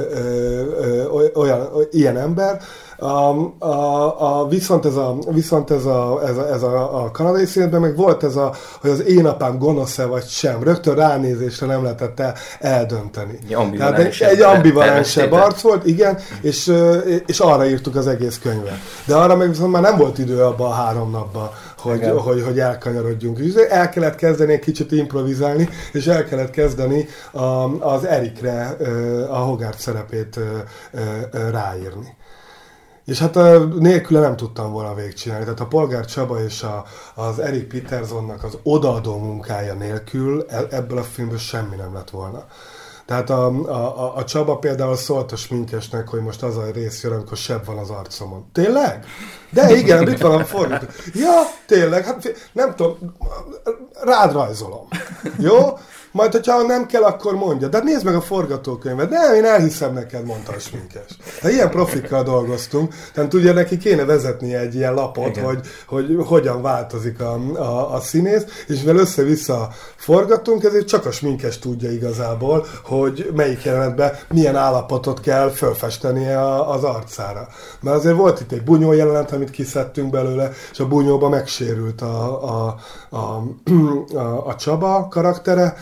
ö, ö, olyan, ilyen ember. A, a, a, viszont ez a, viszont ez a, ez a, ez a, a kanadai színetben meg volt ez a, hogy az én apám gonosz-e vagy sem. Rögtön ránézésre nem lehetett el, eldönteni. Tehát egy, egy ambivalensebb arc volt, igen, és, és arra írtuk az egész könyvet. De arra meg viszont már nem volt idő abban a három napban, hogy, hogy, hogy elkanyarodjunk. És el kellett kezdeni egy kicsit improvizálni, és el kellett kezdeni a, az Erikre a Hogarth szerepét ráírni. És hát nélküle nem tudtam volna végigcsinálni. Tehát a Polgár Csaba és a, az Eric Petersonnak az odaadó munkája nélkül ebből a filmből semmi nem lett volna. Tehát a, a, a Csaba például szólt a sminkesnek, hogy most az a rész jön, amikor seb van az arcomon. Tényleg? De igen, itt van a fordító. Ja, tényleg, hát nem tudom, rád rajzolom. Jó? Majd, hogyha nem kell, akkor mondja. De nézd meg a forgatókönyvet. Nem, én elhiszem neked, mondta a sminkes. De ilyen profikkal dolgoztunk. Tehát ugye neki kéne vezetni egy ilyen lapot, hogy, hogy hogyan változik a, a, a színész, és mivel össze-vissza forgatunk, ezért csak a sminkes tudja igazából, hogy melyik jelenetben milyen állapotot kell fölfestenie az arcára. Mert azért volt itt egy bunyó jelenet, amit kiszedtünk belőle, és a bunyóba megsérült a, a, a, a, a Csaba karaktere.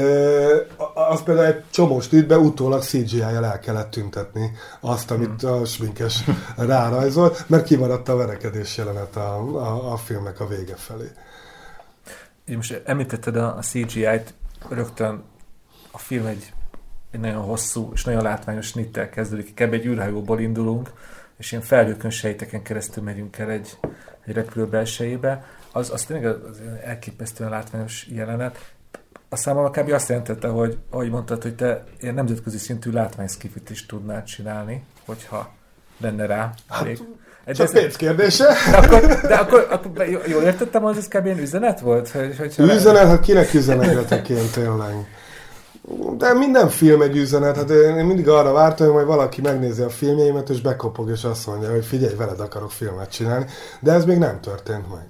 Az például egy csomó stűtben utólag cé gé í-jel el kellett tüntetni azt, amit a sminkes rárajzolt, mert kimaradt a verekedés jelenet a, a, a filmnek a vége felé. Most említetted a cé gé í-t, rögtön a film egy, egy nagyon hosszú és nagyon látványos snittel kezdődik, ebbe egy űrhajóból indulunk, és ilyen felhőkön sejteken keresztül megyünk el egy, egy repülő belsejébe. Az, az tényleg az elképesztően látványos jelenet. A számomra kb. Azt jelentette, hogy ahogy mondtad, hogy te ilyen nemzetközi szintű látványszkifit is tudnád csinálni, hogyha lenne rá. Hát, csak pénz kérdése. De akkor, de akkor, akkor jól értettem, hogy ez kb. Ilyen üzenet volt? Hogy, üzenet, ha kinek üzenetetek én tényleg. De minden film egy üzenet. Hát én mindig arra vártam, hogy majd valaki megnézi a filmjeimet, és bekopog, és azt mondja, hogy figyelj, veled akarok filmet csinálni. De ez még nem történt meg.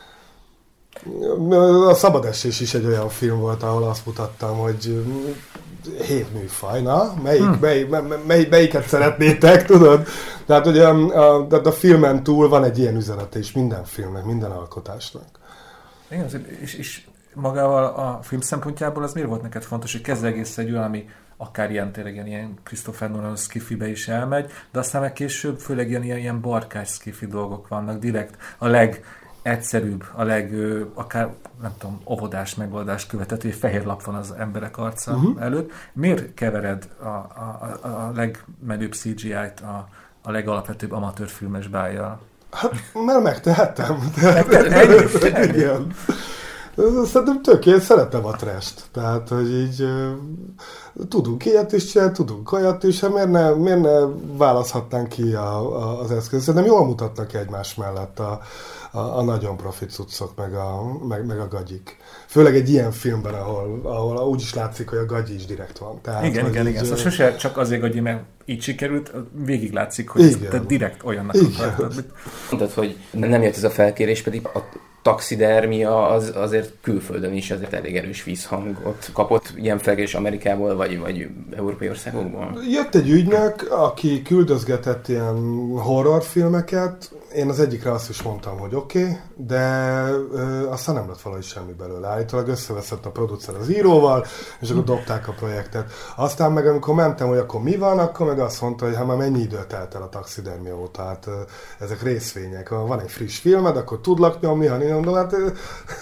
A Szabadesés is egy olyan film volt, ahol azt mutattam, hogy hét műfaj, na, melyik, hmm. mely, mely, mely, melyiket szeretnétek, tudod? Tehát, hogy a, a, a filmen túl van egy ilyen üzenete is minden filmnek, minden alkotásnak. Igen, és, és magával a film szempontjából az miért volt neked fontos, hogy kezdve egész egy olyan, ami akár ilyen tényleg ilyen Christopher Nolan skifibe is elmegy, de aztán meg később főleg ilyen, ilyen barkács skifi dolgok vannak, direkt a legegyszerűbb, a leg, akár nem tudom, óvodás megoldást követett, hogy fehér lap van az emberek arca uh-huh. előtt. Miért kevered a, a, a, a legmenőbb cé gé í-t a, a legalapvetőbb amatőrfilmes bájjal? Hát, mert megtehettem. Ennyi, igen. Szerintem tök, én szeretem a trash-t. Tehát, hogy így uh, tudunk ilyet is csinálni, tudunk olyat is, hát miért ne, miért ne választhatnánk ki a, a, az eszközt. Szerintem jól mutatnak egymás mellett a, a, a nagyon profi cuccok, meg a, meg, meg a gagyik. Főleg egy ilyen filmben, ahol, ahol úgy is látszik, hogy a gagyi is direkt van. Tehát, igen, igen, igen. Szóval sose csak azért gagyi, mert így sikerült, végig látszik, hogy te direkt olyannak akartad. Mondtad, hogy nem jött ez a felkérés, pedig a taxidermia az azért külföldön is azért elég erős vízhangot kapott, ilyen felkérés Amerikából, vagy, vagy európai országokból? Jött egy ügynök, aki küldözgetett ilyen horrorfilmeket, én az egyikre azt is mondtam, hogy oké, okay, de ö, aztán nem lett valahogy semmi belőle. Állítólag összeveszett a producer az íróval, és akkor dobták a projektet. Aztán meg amikor mentem, hogy akkor mi van, akkor meg azt mondta, hogy hát már mennyi idő telt el a taxidermia óta, hát ö, ezek részvények. Van egy friss filmed, akkor tudlak nyomni, ha nem, de hát ö,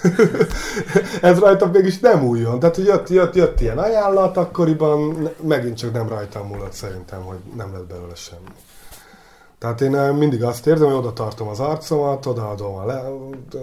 ez rajta mégis nem újjon. Tehát, hogy jött, jött, jött ilyen ajánlat, akkoriban megint csak nem rajtam múlott szerintem, hogy nem lett belőle semmi. Tehát én mindig azt érzem, hogy oda tartom az arcomat, odaadom a le...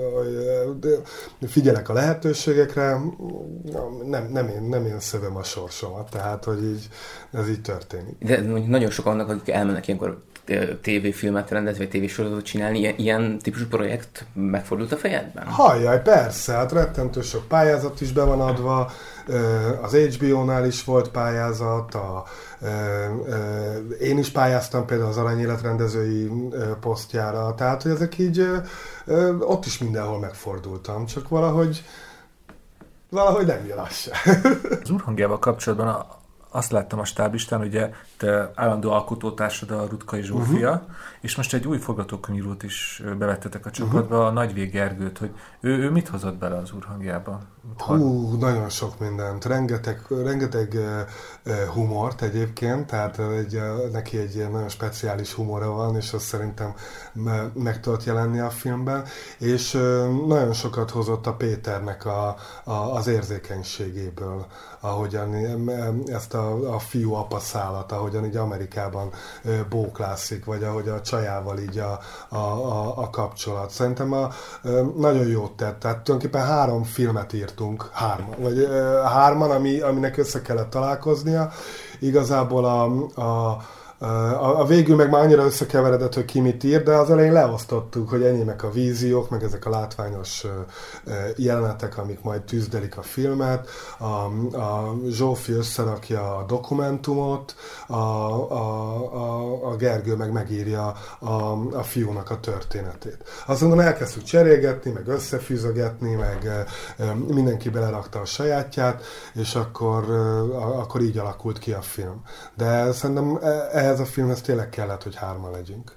figyelek a lehetőségekre, nem, nem, én, nem én szövöm a sorsomat, tehát hogy így, ez így történik. De nagyon sokan vannak, akik elmennek ilyenkor tévéfilmet rendezni, vagy tévésorozatot csinálni, ilyen, ilyen típusú projekt megfordult a fejedben? Hajjaj, persze, hát rettentő sok pályázat is be van adva, az há bé ó-nál is volt pályázat, a, én is pályáztam például az Aranyélet rendezői posztjára, tehát hogy ezek így ott is mindenhol megfordultam, csak valahogy valahogy nem jön az se. Az Úrhangjával kapcsolatban a azt láttam a stáblistán, ugye te állandó alkotótársad a Rutkai Zsófia, uh-huh. és most egy új forgatókönyvírót is bevettetek a csapatba, uh-huh. a Nagyvég Gergőt, hogy ő, ő mit hozott bele az Úrhangjába? Hú, nagyon sok mindent. Rengeteg, rengeteg uh, humort egyébként, tehát egy, uh, neki egy nagyon speciális humora van, és azt szerintem me- meg tudott jelenni a filmben, és uh, nagyon sokat hozott a Péternek a, a, az érzékenységéből, ahogyan ezt a, a fiú-apa szálat, ahogyan így Amerikában bóklászik, vagy ahogy a csajával így a, a, a, a kapcsolat. Szerintem a, nagyon jót tett. Tehát tulajdonképpen három filmet írtunk, hárman, vagy hárman, ami, aminek össze kellett találkoznia. Igazából a, a A, a végül meg már annyira összekeveredett, hogy ki mit ír, de az elején leosztottuk, hogy enyémek a víziók, meg ezek a látványos jelenetek, amik majd tűzdelik a filmet. A, a Zsófi összerakja a dokumentumot, a, a, a, a Gergő meg megírja a, a fiúnak a történetét. Azonban elkezdtük cserélgetni, meg összefűzögetni, meg mindenki belerakta a sajátját, és akkor, akkor így alakult ki a film. De szerintem ehhez a filmhez tényleg kellett, hogy hárman legyünk.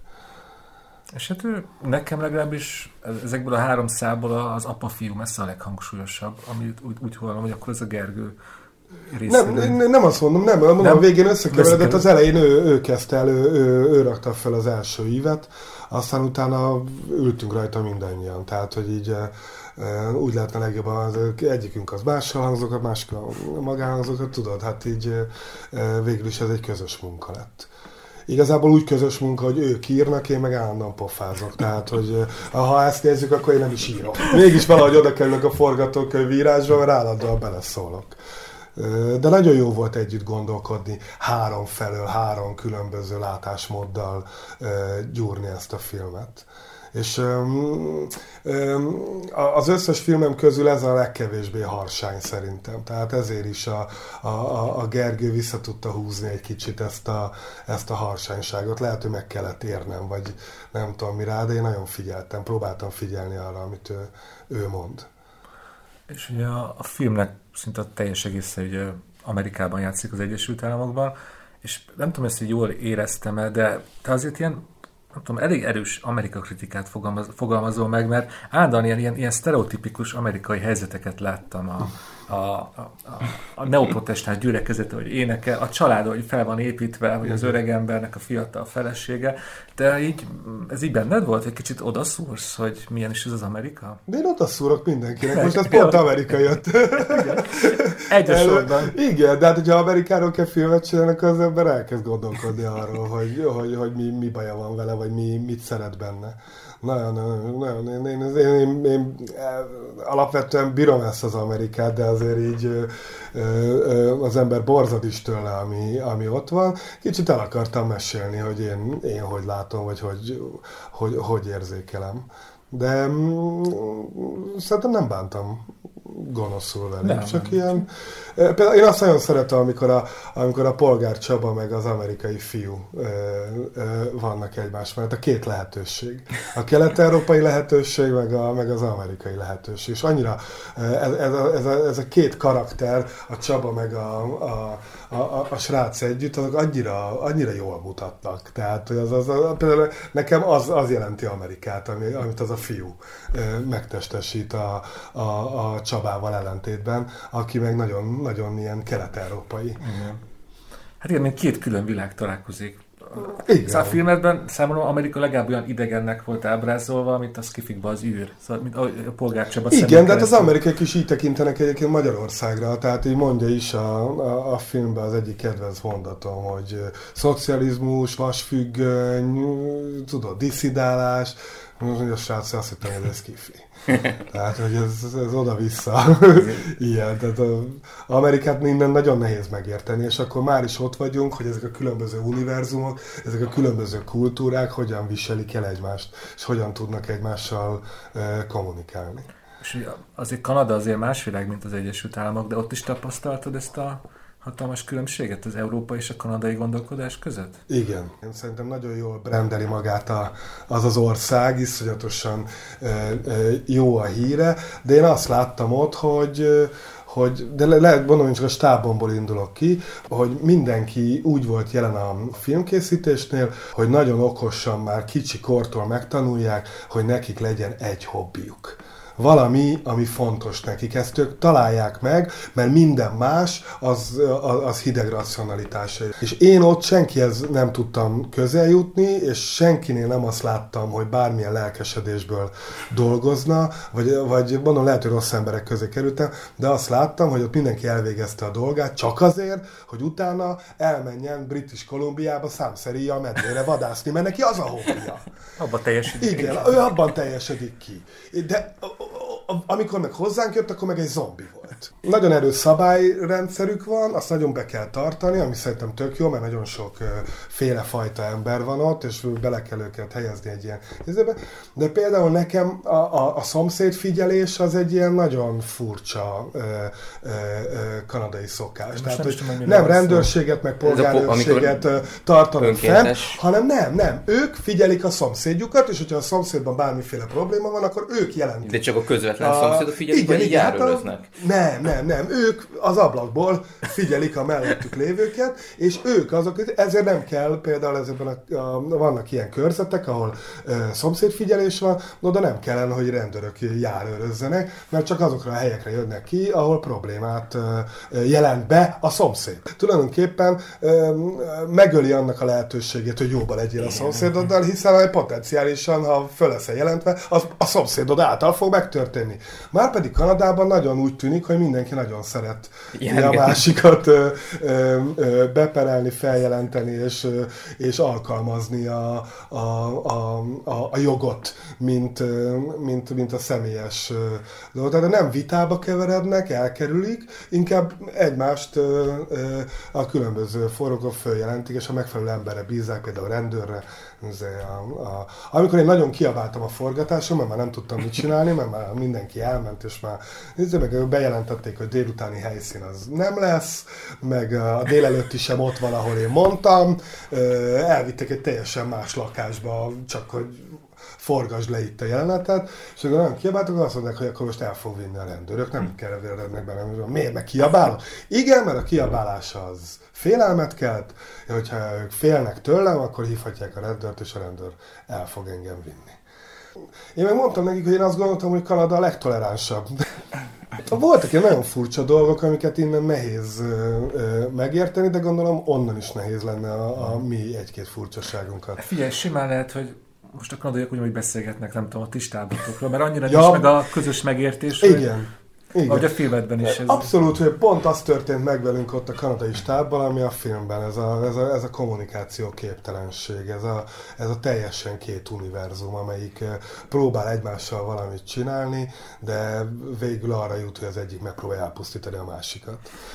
És hát ő, nekem legalábbis ezekből a három szából az apa-fiú messze a leghangsúlyosabb, amit úgy, úgy hallom, hogy akkor ez a Gergő részéről. Nem, nem, nem azt mondom, nem, mondom, nem? A végén összekeveredett, az elején ő, ő kezdte el, ő, ő, ő rakta fel az első ívet, aztán utána ültünk rajta mindannyian, tehát, hogy így úgy lehetne legjobban, az egyikünk az mással hangzókat, másik a magánhangzókat, tudod, hát így végül is ez egy közös munka lett. Igazából úgy közös munka, hogy ők írnak, én meg állandóan pofázok. Tehát, hogy ha ezt nézzük, akkor én nem is írok. Mégis valahogy oda kerülök a forgatókönyvírásba, mert állandóan beleszólok. De nagyon jó volt együtt gondolkodni, három felől, három különböző látásmóddal gyúrni ezt a filmet. És um, um, az összes filmem közül ez a legkevésbé harsány szerintem. Tehát ezért is a, a, a Gergő vissza tudta húzni egy kicsit ezt a, ezt a harsányságot. Lehet, hogy meg kellett érnem, vagy nem tudom mi rá, de én nagyon figyeltem, próbáltam figyelni arra, amit ő, ő mond. És ugye a, a filmnek szinte a teljes egészen ugye Amerikában játszik, az Egyesült Államokban, és nem tudom, ezt így jól éreztem-e, de te azért ilyen nem tudom, elég erős Amerika kritikát fogalmaz, fogalmazol meg, mert állandóan ilyen, ilyen, ilyen sztereotipikus amerikai helyzeteket láttam a, a, a, a neoprotestáns gyülekezete, hogy énekel, a család, hogy fel van építve, hogy az öreg embernek a fiatal felesége. De így, ez így benned volt? Egy kicsit odaszúrsz, hogy milyen is ez az Amerika? De én odaszúrok mindenkinek. Most ez pont Amerika jött. Egyes sorban. Igen, de hát, hogyha Amerikáról kell filmet csinálnak, az ember elkezd gondolkodni arról, hogy, hogy, hogy mi, mi baja van vele, vagy mi, mit szeret benne. Nagyon, nagyon, nagyon. Én, én, én, én, én alapvetően bírom ezt az Amerikát, de azért így ö, ö, az ember borzad is tőle, ami, ami ott van. Kicsit el akartam mesélni, hogy én, én hogy látom, vagy hogy, hogy, hogy érzékelem. De mm, szerintem nem bántam gonoszul velük, nem, csak nem. Ilyen... Például én azt nagyon szeretem, amikor a, amikor a Polgár Csaba meg az amerikai fiú ö, ö, vannak egymás mellett, a két lehetőség. A kelet-európai lehetőség, meg, a, meg az amerikai lehetőség. És annyira ez, ez, a, ez, a, ez a két karakter, a Csaba meg a, a, a, a srác együtt, azok annyira, annyira jól mutatnak. Tehát az, az, az, például nekem az, az jelenti Amerikát, ami, amit az a fiú megtestesít a, a, a Csabával ellentétben, aki meg nagyon, nagyon ilyen kelet-európai. Igen. Hát igen, mint két külön világ találkozik. Igen. Szóval a filmedben számomra Amerika legalább olyan idegennek volt ábrázolva, mint a Skifikban az űr. Szóval, mint a Polgár Csaba. Igen, de hát az amerikaiak is így tekintenek egyébként Magyarországra. Tehát így mondja is a, a, a filmben az egyik kedvenc mondatom, hogy szocializmus, vasfüggöny, tudod, disszidálás. Most mondja a srác, azt hittem, hogy ez skifi. Tehát, hogy ez, ez oda-vissza ilyen. Tehát az Amerikát innen nagyon nehéz megérteni, és akkor már is ott vagyunk, hogy ezek a különböző univerzumok, ezek a különböző kultúrák hogyan viselik el egymást, és hogyan tudnak egymással e, kommunikálni. És azért Kanada azért más világ, mint az Egyesült Államok, de ott is tapasztaltad ezt a hatalmas különbséget az európai és a kanadai gondolkodás között? Igen. Én szerintem nagyon jól brandeli magát a, az az ország, iszonyatosan e, e, jó a híre, de én azt láttam ott, hogy hogy, de le, lehet mondom, hogy csak a stábomból indulok ki, hogy mindenki úgy volt jelen a filmkészítésnél, hogy nagyon okosan már kicsi kortól megtanulják, hogy nekik legyen egy hobbiuk. Valami, ami fontos nekik. Ezt ők találják meg, mert minden más az, az, az hideg racionalitás. És én ott senkihez nem tudtam közel jutni, és senkinél nem azt láttam, hogy bármilyen lelkesedésből dolgozna, vagy, vagy mondom, lehet, hogy rossz emberek közé kerültem, de azt láttam, hogy ott mindenki elvégezte a dolgát, csak azért, hogy utána elmenjen British Columbiába számszerűen a medvére vadászni, mert neki az a hobbija. Abban teljesedik. Igen, ő abban teljesedik ki. De amikor meg hozzánk jött, akkor meg egy zombi volt. Nagyon erős szabályrendszerük van, azt nagyon be kell tartani, ami szerintem tök jó, mert nagyon sok félefajta ember van ott, és bele kell őket helyezni egy ilyen helyzetbe. De például nekem a, a, a szomszédfigyelés az egy ilyen nagyon furcsa ö, ö, ö, kanadai szokás. Tehát, hogy nem, nem rendőrséget, meg polgárőrséget tartanak fenn, hanem nem, nem. Ők figyelik a szomszédjukat, és hogyha a szomszédban bármiféle probléma van, akkor ők jelentik. De csak a közvetlen a... szomszédok figyelik, igen, vagy így járőröznek? Nem, nem, nem. Ők az ablakból figyelik a mellettük lévőket, és ők azok, ezért nem kell, például ezekben a, a, vannak ilyen körzetek, ahol e, szomszédfigyelés van, oda nem kellene, hogy rendőrök járőrözzenek, mert csak azokra a helyekre jönnek ki, ahol problémát e, jelent be a szomszéd. Tulajdonképpen e, megöli annak a lehetőségét, hogy jóba legyél a szomszédoddal, hiszen potenciálisan, ha föl lesz jelentve, az a szomszédod által fog megtörténni. Márpedig Kanadában nagyon úgy tűnik, hogy mindenki nagyon szeret a másikat ö, ö, ö, beperelni, feljelenteni és, ö, és alkalmazni a, a, a, a, a jogot, mint, ö, mint, mint a személyes dolgot. De nem vitába keverednek, elkerülik, inkább egymást ö, ö, a különböző forrokon följelentik, és a megfelelő emberre bízzák, például a rendőrre. A, a, amikor én nagyon kiabáltam a forgatáson, mert már nem tudtam mit csinálni, mert már mindenki elment, és már meg bejelentették, hogy délutáni helyszín az nem lesz, meg a délelőtti sem ott van, ahol én mondtam, elvittek egy teljesen más lakásba, csak hogy forgasd le itt a jelenetet, és akkor nagyon kiabáltak, azt mondták, hogy akkor most el fog vinni a rendőrök, nem kell vélednek benne, miért meg kiabálok? Igen, mert a kiabálás az félelmet kelt, hogyha ők félnek tőlem, akkor hívhatják a rendőrt, és a rendőr el fog engem vinni. Én meg mondtam nekik, hogy én azt gondoltam, hogy Kanada a legtoleránsabb. Voltak ilyen nagyon furcsa dolgok, amiket innen nehéz ö, ö, megérteni, de gondolom onnan is nehéz lenne a, a mi egy-két furcsaságunkat. Figyelj, simán lehet, hogy most a kanadaiak ugyanúgy beszélgetnek, nem tudom, a tistálatokról, mert annyira ja. nincs meg a közös megértés. Igen. Igen. Ahogy a filmedben is. Ez abszolút, hogy pont az történt meg velünk ott a kanadai stábban, ami a filmben, ez a, ez a, ez a kommunikáció képtelenség, ez a, ez a teljesen két univerzum, amelyik próbál egymással valamit csinálni, de végül arra jut, hogy az egyik megpróbálja elpusztítani a másikat.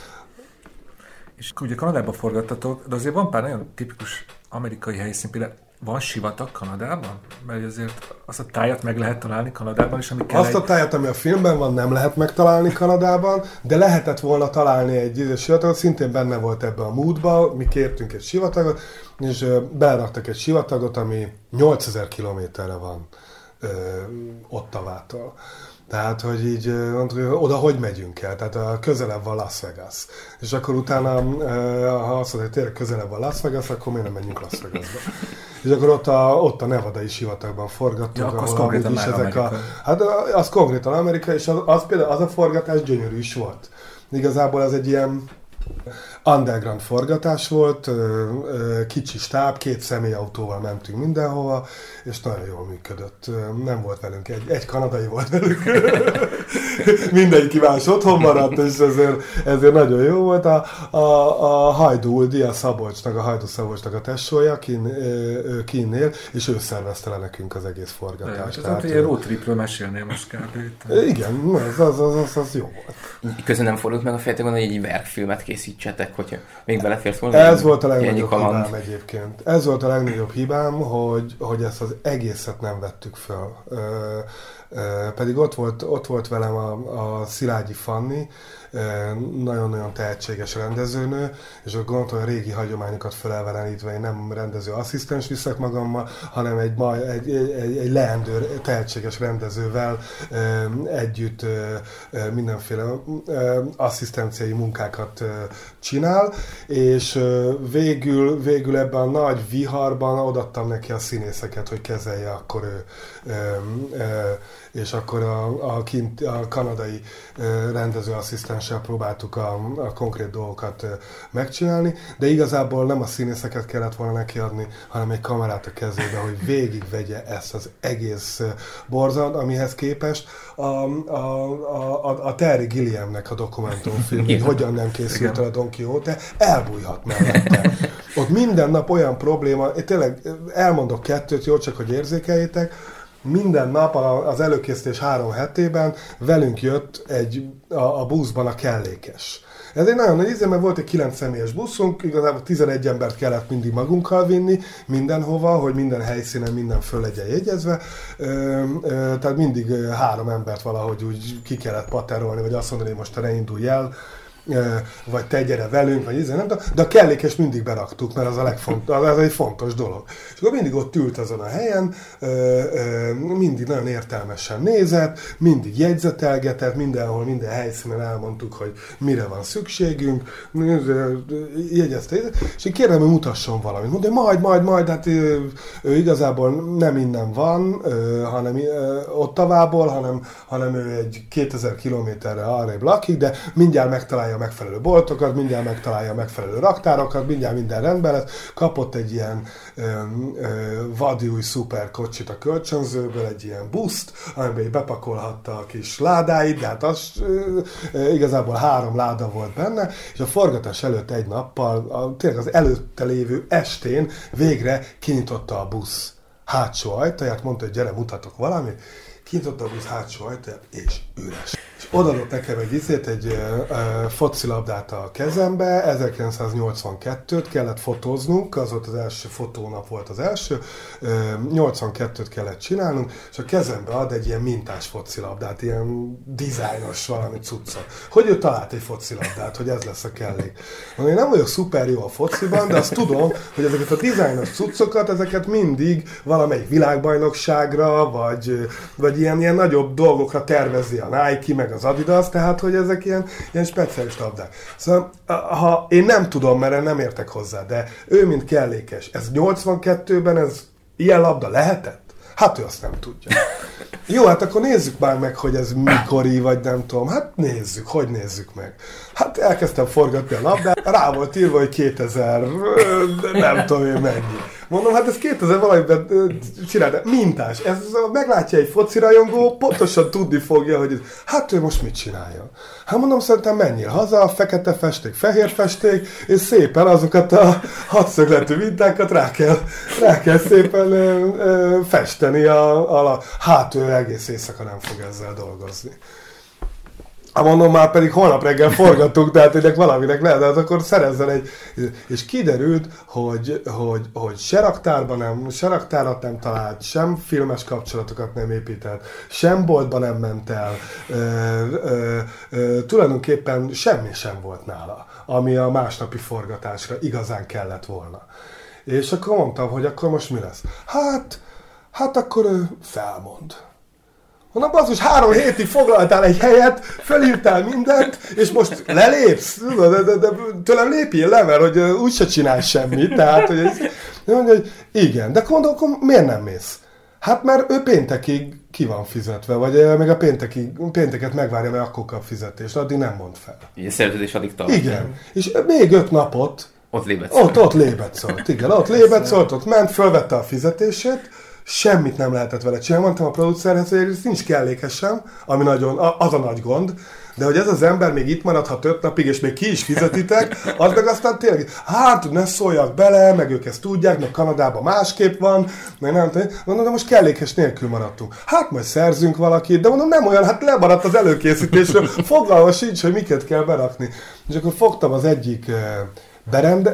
És ugye Kanadában forgattatok, de azért van pár nagyon tipikus amerikai helyszín, például van sivatag Kanadában? Mert azért azt a tájat meg lehet találni Kanadában is, ami kell. Azt a tájat, ami a filmben van, nem lehet megtalálni Kanadában, de lehetett volna találni egy sivatagot, szintén benne volt ebbe a moodba, mi kértünk egy sivatagot, és beleraktak egy sivatagot, ami nyolcezer kilométerre van ö, Ottawától. Tehát, hogy így mondtuk, hogy oda hogy megyünk el, tehát a közelebb van Las Vegas. És akkor utána, ha azt mondja, hogy tényleg közelebb van Las Vegas, akkor miért nem menjünk Las Vegasba? És akkor ott a, ott a nevadai sivatagban forgattunk. Ja, az konkrétan már Amerika. A, hát az konkrétan Amerika, és az, az például az a forgatás gyönyörű is volt. Igazából ez egy ilyen underground forgatás volt, kicsi stáb, két személyautóval mentünk mindenhova, és nagyon jól működött. Nem volt velünk, egy, egy kanadai volt velünk. Mindenki más otthon maradt, és ezért, ezért nagyon jó volt. A, a, a Hajdú Uldi, a Szabolcsnak, a Hajdú Szabolcsnak a tesója, kin, ő kinnél, és ő szervezte le nekünk az egész forgatást. Tehát egy road tripről mesélnél most kb. Igen, az, az, az, az, az jó volt. Közben nem fordult meg a fejtekben, hogy egy verkfilmet készítsetek, hogyha még belefért volna. Ez volt a legnagyobb hibám egyébként. Ez volt a legnagyobb hibám, hogy, hogy ezt az egészet nem vettük föl. Ö, ö, pedig ott volt, ott volt velem a, a Szilágyi Fanni, nagyon-nagyon tehetséges rendezőnő, és akkor gondoltam, hogy a régi hagyományokat felelvelenítve én nem rendező asszisztens viszek magammal, hanem egy, egy, egy, egy leendő tehetséges rendezővel együtt mindenféle asszisztenciai munkákat csinál, és végül, végül ebben a nagy viharban odaadtam neki a színészeket, hogy kezelje akkor ő, és akkor a, a, kint, a kanadai rendezőasszisztenssel próbáltuk a, a konkrét dolgokat megcsinálni, de igazából nem a színészeket kellett volna nekiadni, hanem egy kamerát a kezébe, hogy végigvegye ezt az egész borzalmat, amihez képest a, a, a, a Terry Gilliamnek a dokumentumfilm, hogy hogyan nem készült el a Don Quixote, elbújhat mellette. Ott minden nap olyan probléma, én tényleg elmondok kettőt, jó, csak hogy érzékeljétek, minden nap az előkészítés három hetében velünk jött egy, a, a buszban a kellékes. Ez egy nagyon nagy íze, mert volt egy kilenc személyes buszunk, igazából tizenegy embert kellett mindig magunkkal vinni mindenhova, hogy minden helyszínen minden föl legyen jegyezve. Ö, ö, tehát mindig három embert valahogy úgy ki kellett paterolni, vagy azt mondani, hogy most te ne indulj el, vagy te gyere velünk, vagy íze, nem, de a kellékes mindig beraktuk, mert az a legfontos, az egy fontos dolog. És akkor mindig ott ült azon a helyen, mindig nagyon értelmesen nézett, mindig jegyzetelgetett, mindenhol, minden helyszínen elmondtuk, hogy mire van szükségünk, jegyezte, és én kérem, hogy mutasson valamit. Mondja, majd, majd, majd, hát ő, ő igazából nem innen van, hanem Ottavából, hanem, hanem ő egy kétezer kilométerre arrébb lakik, de mindjárt megtalálja a megfelelő boltokat, mindjárt megtalálja a megfelelő raktárokat, mindjárt minden rendben lesz. Kapott egy ilyen ö, ö, vadúj szuper kocsit a kölcsönzőből, egy ilyen buszt, amiben bepakolhatta a kis ládáit, de hát az ö, ö, igazából három láda volt benne, és a forgatás előtt egy nappal, a, tényleg az előtte lévő estén végre kinyitotta a busz hátsó ajtaját, mondta, hogy gyere, mutatok valamit, kinyitotta a busz hátsó ajtaját, és üres. És odaadott nekem egy izét, egy uh, focilabdát a kezembe, ezerkilencszáznyolcvankettőt kellett fotóznunk, az volt az első fotónap volt az első, uh, nyolcvankettőt kellett csinálnunk, és a kezembe ad egy ilyen mintás focilabdát, ilyen dizájnos valami cuccot. Hogy ő talált egy focilabdát, hogy ez lesz a kellék. Én nem vagyok szuper jó a fociban, de azt tudom, hogy ezeket a dizájnos cuccokat, ezeket mindig valamelyik világbajnokságra, vagy, vagy ilyen, ilyen nagyobb dolgokra tervezi a Nike, meg az Adidas, tehát, hogy ezek ilyen, ilyen speciális labdák. Szóval, ha én nem tudom, mert nem értek hozzá, de ő, mint kellékes, ez nyolcvankettőben ez ilyen labda lehetett? Hát ő azt nem tudja. Jó, hát akkor nézzük már meg, hogy ez mikori, vagy nem tudom. Hát nézzük, hogy nézzük meg. Hát elkezdtem forgatni a labdát, rá volt írva, hogy kétezer, nem tudom én mennyi. Mondom, hát ez kétezer valamiben csinál, mintás. Ez meglátja egy focirajongó, pontosan tudni fogja, hogy ez, hát ő most mit csinálja. Hát mondom, szerintem menjél haza, fekete festék, fehér festék, és szépen azokat a hatszögletű mintákat rá kell, rá kell szépen ö, ö, festeni, a, a, hát ő egész éjszaka nem fog ezzel dolgozni. Hát mondom, már pedig holnap reggel forgattuk, tehát ennek valaminek lehet, de akkor szerezzen egy... És kiderült, hogy, hogy, hogy se raktárban nem, se raktárat nem talált, sem filmes kapcsolatokat nem épített, sem boltba nem ment el, ö, ö, ö, tulajdonképpen semmi sem volt nála, ami a másnapi forgatásra igazán kellett volna. És akkor mondtam, hogy akkor most mi lesz? Hát, hát akkor ő felmond. Mondom, basszus, három hétig foglaltál egy helyet, felírtál mindent, és most lelépsz, de, de, de, de tőlem lépjél le, mert hogy úgyse csinálj semmit, tehát, hogy ez, mondja, hogy igen, de mondom, akkor miért nem mész? Hát mert ő péntekig ki van fizetve, vagy meg a péntekig, pénteket megvárja, mert akkor kap fizetést, addig nem mond fel. Így a szerződés addig tart. Igen, és még öt napot ott lébetszolt. Ott, ott lébetszolt, igen, ott lébetszolt, ott ment, fölvette a fizetését, semmit nem lehetett vele csinálni. Mondtam a producerhez, hogy ez nincs kellékesen, ami nagyon, az a nagy gond, de hogy ez az ember még itt maradhat öt napig, és még ki is fizetitek, az meg aztán tényleg, hát ne szóljak bele, meg ők ezt tudják, meg Kanadában másképp van, meg nem tudom, mondom, de most kellékes nélkül maradtunk. Hát majd szerzünk valakit, de mondom, nem olyan, hát lemaradt az előkészítésről, fogalma sincs, hogy miket kell berakni. És akkor fogtam az egyik Berend,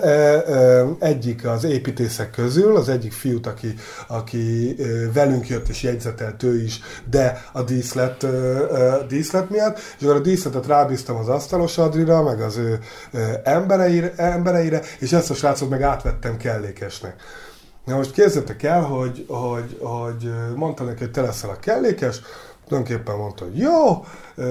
egyik az építészek közül, az egyik fiút, aki, aki velünk jött és jegyzetelt ő is, de a díszlet, díszlet miatt, és akkor a díszletet rábíztam az asztalos Adrira, meg az ő embereire, embereire, és ezt a srácot meg átvettem kellékesnek. Na most képzeljétek el, hogy, hogy, hogy mondtam neki, hogy te leszel a kellékes, tulajdonképpen mondta, hogy jó,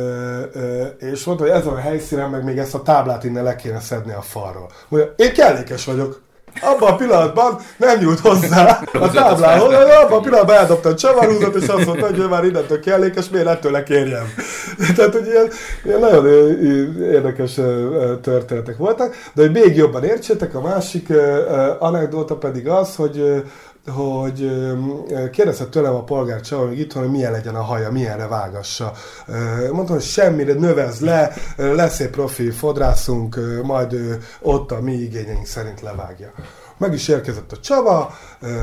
és mondta, hogy ezen a helyszínen meg még ezt a táblát innen le kéne szedni a falról. Mondja, én kellékes vagyok. Abban a pillanatban nem nyújt hozzá a táblához, abban a pillanatban eldobta a csavarhúzat, és azt mondta, hogy ő már innentől kellékes, miért ettől le kérjem. Tehát, hogy ilyen, ilyen nagyon érdekes történetek voltak, de hogy még jobban értsétek, a másik anekdóta pedig az, hogy hogy kérdezett tőlem a polgár Csaba még itthon, hogy milyen legyen a haja, milyenre vágassa. Mondtam, hogy semmire, növez le, lesz egy profi fodrászunk, majd ott a mi igényeink szerint levágja. Meg is érkezett a Csaba,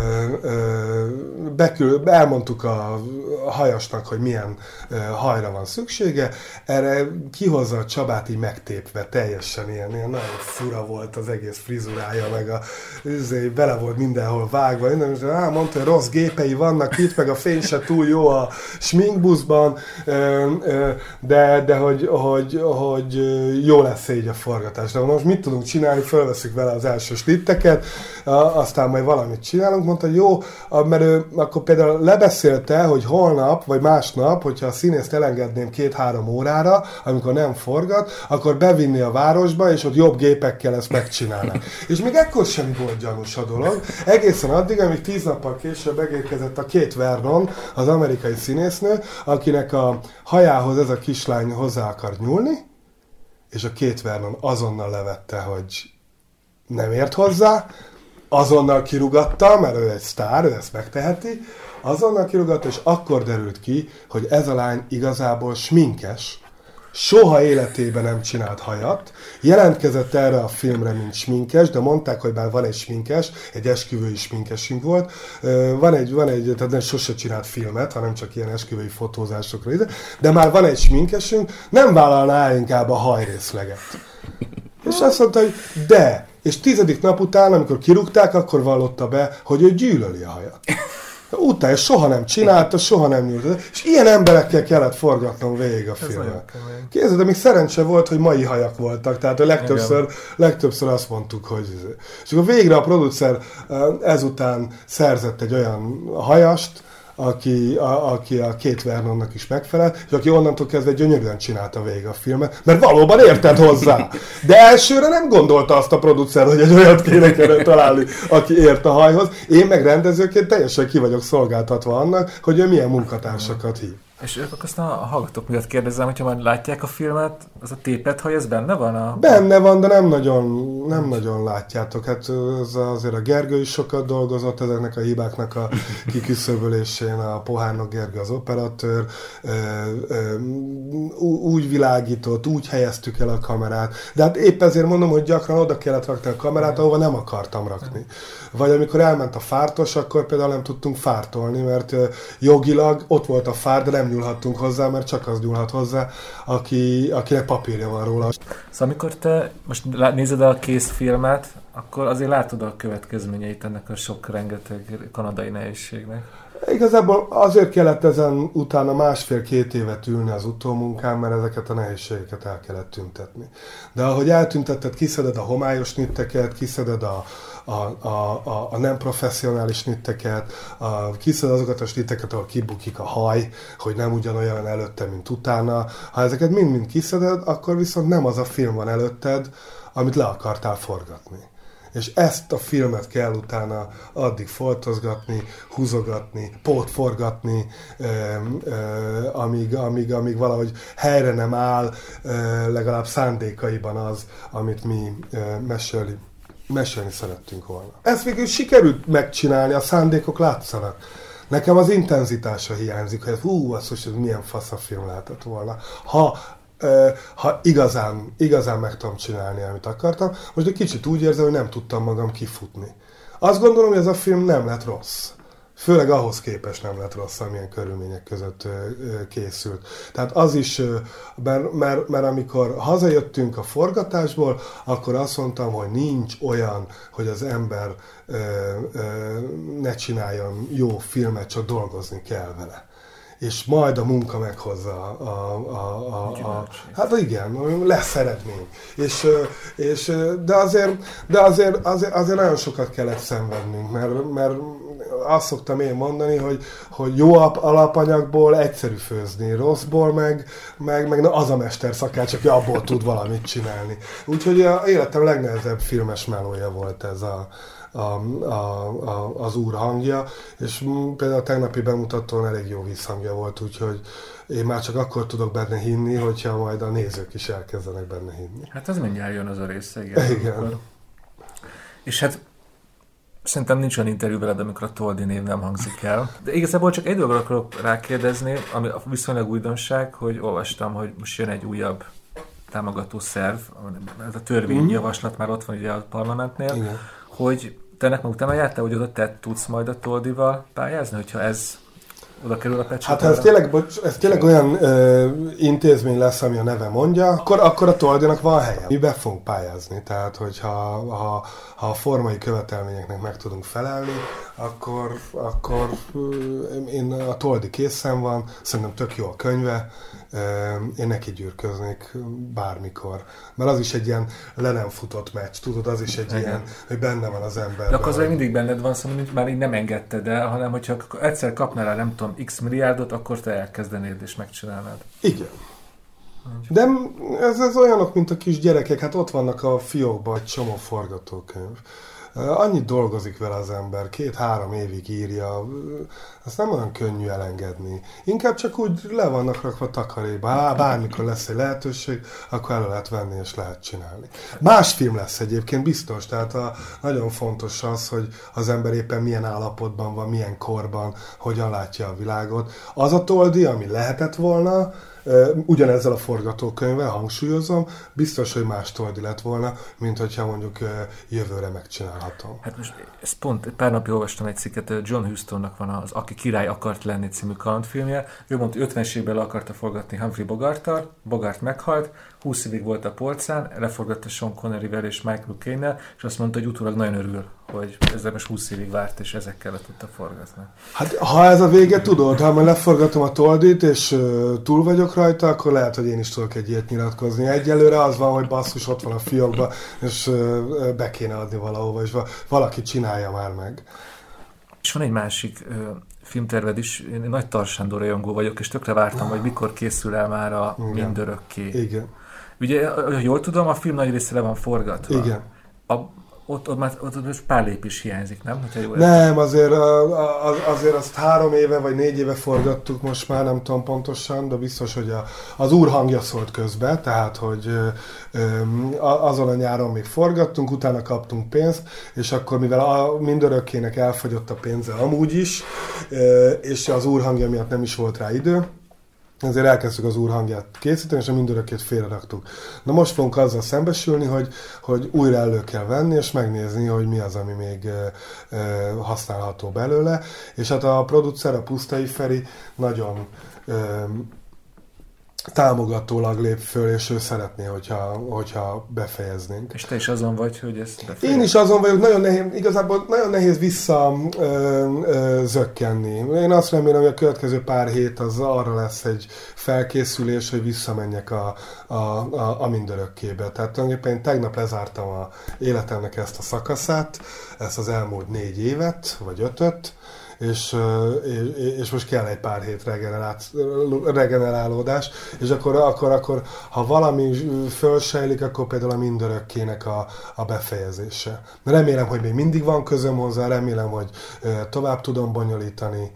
bekül, elmondtuk a hajasnak, hogy milyen hajra van szüksége, erre kihozza a Csabát így megtépve, teljesen ilyen, ilyen nagyon fura volt az egész frizurája, meg a, bele volt mindenhol vágva, minden, á, mondta, hogy rossz gépei vannak itt, meg a fény se túl jó a sminkbuszban, de, de hogy, hogy, hogy jó lesz így a forgatás. De most mit tudunk csinálni, fölveszünk vele az első snitteket, aztán majd valamit csinálunk, mondta, hogy jó, mert ő akkor például lebeszélte, hogy holnap, vagy másnap, hogyha a színészt elengedném két-három órára, amikor nem forgat, akkor bevinni a városba, és ott jobb gépekkel ezt megcsinálnak. És még ekkor sem volt gyanús a dolog, egészen addig, amíg tíz nappal később megérkezett a Kate Vernon, az amerikai színésznő, akinek a hajához ez a kislány hozzá akar nyúlni, és a Kate Vernon azonnal levette, hogy nem ért hozzá, azonnal kirúgatta, mert ő egy sztár, ő ezt megteheti, azonnal kirúgatta, és akkor derült ki, hogy ez a lány igazából sminkes, soha életében nem csinált hajat, jelentkezett erre a filmre, mint sminkes, de mondták, hogy már van egy sminkes, egy esküvői sminkesünk volt, van egy, van egy, tehát nem sose csinált filmet, hanem csak ilyen esküvői fotózásokra ide, de már van egy sminkesünk, nem vállalná inkább a hajrészleget. És azt mondta, hogy de, és tizedik nap után, amikor kirúgták, akkor vallotta be, hogy ő gyűlöli a hajat. Utána soha nem csinálta, soha nem nyújtott. És ilyen emberekkel kellett forgatnom végig a filmet. Képzeld, de még szerencse volt, hogy mai hajak voltak, tehát a legtöbbször, legtöbbször azt mondtuk, hogy... És akkor végre a producer ezután szerzett egy olyan hajast, aki a, aki a két Vernonnak is megfelel, és aki onnantól kezdve gyönyörűen csinálta végig a filmet, mert valóban érted hozzá. De elsőre nem gondolta azt a producer, hogy egy olyat kéne kellene találni, aki ért a hajhoz. Én meg rendezőként teljesen ki vagyok szolgáltatva annak, hogy ő milyen munkatársakat hív. És ők aztán a hallgatók miatt kérdezem, hogyha már látják a filmet, az a tépett haj, ez benne van? A... Benne van, de nem nagyon, nem nagyon látjátok. Hát ez azért a Gergő is sokat dolgozott ezeknek a hibáknak a kiküszöbölésén, a Pohárnok Gergő az operatőr, úgy világított, úgy helyeztük el a kamerát. De hát épp ezért mondom, hogy gyakran oda kellett rakni a kamerát, ahova nem akartam rakni. Vagy amikor elment a fártos, akkor például nem tudtunk fártolni, mert jogilag ott volt a fár, de nem nyúlhattunk hozzá, mert csak az nyúlhat hozzá, aki, akinek papírja van róla. Szóval amikor te most nézed a kész filmet, akkor azért látod a következményeit ennek a sok rengeteg kanadai nehézségnek. Igazából azért kellett ezen utána másfél-két évet ülni az utómunkán, mert ezeket a nehézségeket el kellett tüntetni. De ahogy eltüntetted, kiszeded a homályos nitteket, kiszeded a A, a, a, a nem professzionális nitteket, a, kiszed azokat a snitteket, ahol kibukik a haj, hogy nem ugyanolyan előtte, mint utána. Ha ezeket mind-mind kiszeded, akkor viszont nem az a film van előtted, amit le akartál forgatni. És ezt a filmet kell utána addig foltozgatni, húzogatni, pótforgatni, ö, ö, amíg, amíg, amíg valahogy helyre nem áll, ö, legalább szándékaiban az, amit mi ö, mesélni. mesélni szerettünk volna. Ezt végül sikerült megcsinálni, a szándékok látszanak. Nekem az intenzitása hiányzik, hogy hú, az most milyen fasz a film lehetett volna. Ha, eh, ha igazán, igazán meg tudom csinálni, amit akartam, most egy kicsit úgy érzem, hogy nem tudtam magam kifutni. Azt gondolom, hogy ez a film nem lett rossz. Főleg ahhoz képest nem lett rossz, amilyen körülmények között készült. Tehát az is, mert, mert, mert amikor hazajöttünk a forgatásból, akkor azt mondtam, hogy nincs olyan, hogy az ember ö, ö, ne csináljon jó filmet, csak dolgozni kell vele. És majd a munka meghozza a, a, a, a, a hát igen, lesz eredmény. És, és, de azért, de azért, azért, azért nagyon sokat kellett szenvednünk, mert, mert azt szoktam én mondani, hogy, hogy jó alapanyagból egyszerű főzni, rosszból meg, meg, meg az a mester szakács, aki abból tud valamit csinálni. Úgyhogy az életem legnehezebb filmes melója volt ez a A, a, a, az úr hangja, és például a tegnapi bemutatón elég jó visszhangja volt, úgyhogy én már csak akkor tudok benne hinni, hogyha majd a nézők is elkezdenek benne hinni. Hát az mindjárt jön az a része, igen. igen. És hát szerintem nincs olyan interjú veled, amikor a Toldi név nem hangzik el. De igazából csak egy dologra akarok rákérdezni, ami viszonylag újdonság, hogy olvastam, hogy most jön egy újabb támogató szerv, ez a törvényjavaslat már ott van ugye a parlamentnél, igen. Hogy te ennek meg utána jártál, hogy oda te tudsz majd a Toldival pályázni, hogyha ez oda kerül a pecsételre? Hát ha ez tényleg, bocs, ez tényleg olyan ö, intézmény lesz, ami a neve mondja, akkor, akkor a Toldinak van helye. Mi be fogunk pályázni, tehát hogyha ha, ha a formai követelményeknek meg tudunk felelni, akkor, akkor én a Toldi készen van, szerintem tök jó a könyve, én neki gyűrköznék bármikor. Mert az is egy ilyen le nem futott meccs, tudod, az is egy igen. Ilyen, hogy benne van az ember. De akkor azért mindig benned van, szóval már így nem engedted el, hanem hogyha egyszer kapnál el, nem tudom, x milliárdot, akkor te elkezdenéd és megcsinálnád. Igen. De ez, ez olyanok, mint a kis gyerekek, hát ott vannak a fiókban egy csomó forgatókönyv. Annyit dolgozik vele az ember, két-három évig írja, ezt nem olyan könnyű elengedni. Inkább csak úgy le vannak rakva takaréba. Há, bármikor lesz egy lehetőség, akkor el lehet venni és lehet csinálni. Más film lesz egyébként, biztos. Tehát a, nagyon fontos az, hogy az ember éppen milyen állapotban van, milyen korban, hogyan látja a világot. Az a Toldi, ami lehetett volna, ugyanezzel a forgatókönyvvel, hangsúlyozom, biztos, hogy más Toldi lett volna, mint hogyha mondjuk jövőre megcsinálhatom. Hát most ez pont pár napja olvastam egy cikket, John Hustonnak van az Aki király akart lenni című kalandfilmje. Ő mondta, hogy ötvenes évben le akarta forgatni Humphrey Bogarttal, Bogart meghalt, húsz évig volt a polcán, leforgatta Sean Conneryvel és Michael Caine-nel, és azt mondta, hogy utólag nagyon örül, hogy ezzel most húsz évig várt, és ezekkel le tudta forgatni. Hát ha ez a vége, tudod, ha majd leforgatom a Toldit, és uh, túl vagyok rajta, akkor lehet, hogy én is tudok egy ilyet nyilatkozni. Egyelőre az van, hogy basszus ott van a fiókban, és uh, be kéne adni valahova, és valaki csinálja már meg. És van egy másik uh, filmterved is. Én nagy Tarzsándor rajongó vagyok, és tökre vártam, hogy mikor készül el már a Mindörökké. Igen. Ugye, jól tudom, a film nagy része le van forgatva. Igen. A, ott, ott, már, ott, ott pár lépés hiányzik, nem? Jól nem, azért, az, azért azt három éve vagy négy éve forgattuk most már, nem tudom pontosan, de biztos, hogy a, az úr hangja szólt közbe, tehát, hogy ö, azon a nyáron még forgattunk, utána kaptunk pénzt, és akkor, mivel a Mindörökkének elfogyott a pénze amúgy is, ö, és az úr hangja miatt nem is volt rá idő, ezért elkezdtük az úr hangját készíteni, és a Mindörökkét félreraktuk. Na most fogunk azzal szembesülni, hogy, hogy újra elő kell venni, és megnézni, hogy mi az, ami még e, e, használható belőle. És hát a producer, a Pusztai Feri nagyon e, támogatólag lép föl, és ő szeretné, hogyha, hogyha befejeznénk. És te is azon vagy, hogy ezt befejez? Én is azon vagyok, nagyon nehéz, igazából nagyon nehéz vissza ö, ö, zökkenni. Én azt remélem, hogy a következő pár hét az arra lesz egy felkészülés, hogy visszamenjek a, a, a, a Mindörökkébe. Tehát tulajdonképpen én tegnap lezártam a életemnek ezt a szakaszát, ezt az elmúlt négy évet, vagy ötöt, És, és most kell egy pár hét regenerálódás, és akkor, akkor, akkor ha valami fölsejlik, akkor például a Mindörökkének a, a befejezése. Remélem, hogy még mindig van közöm hozzá, remélem, hogy tovább tudom bonyolítani.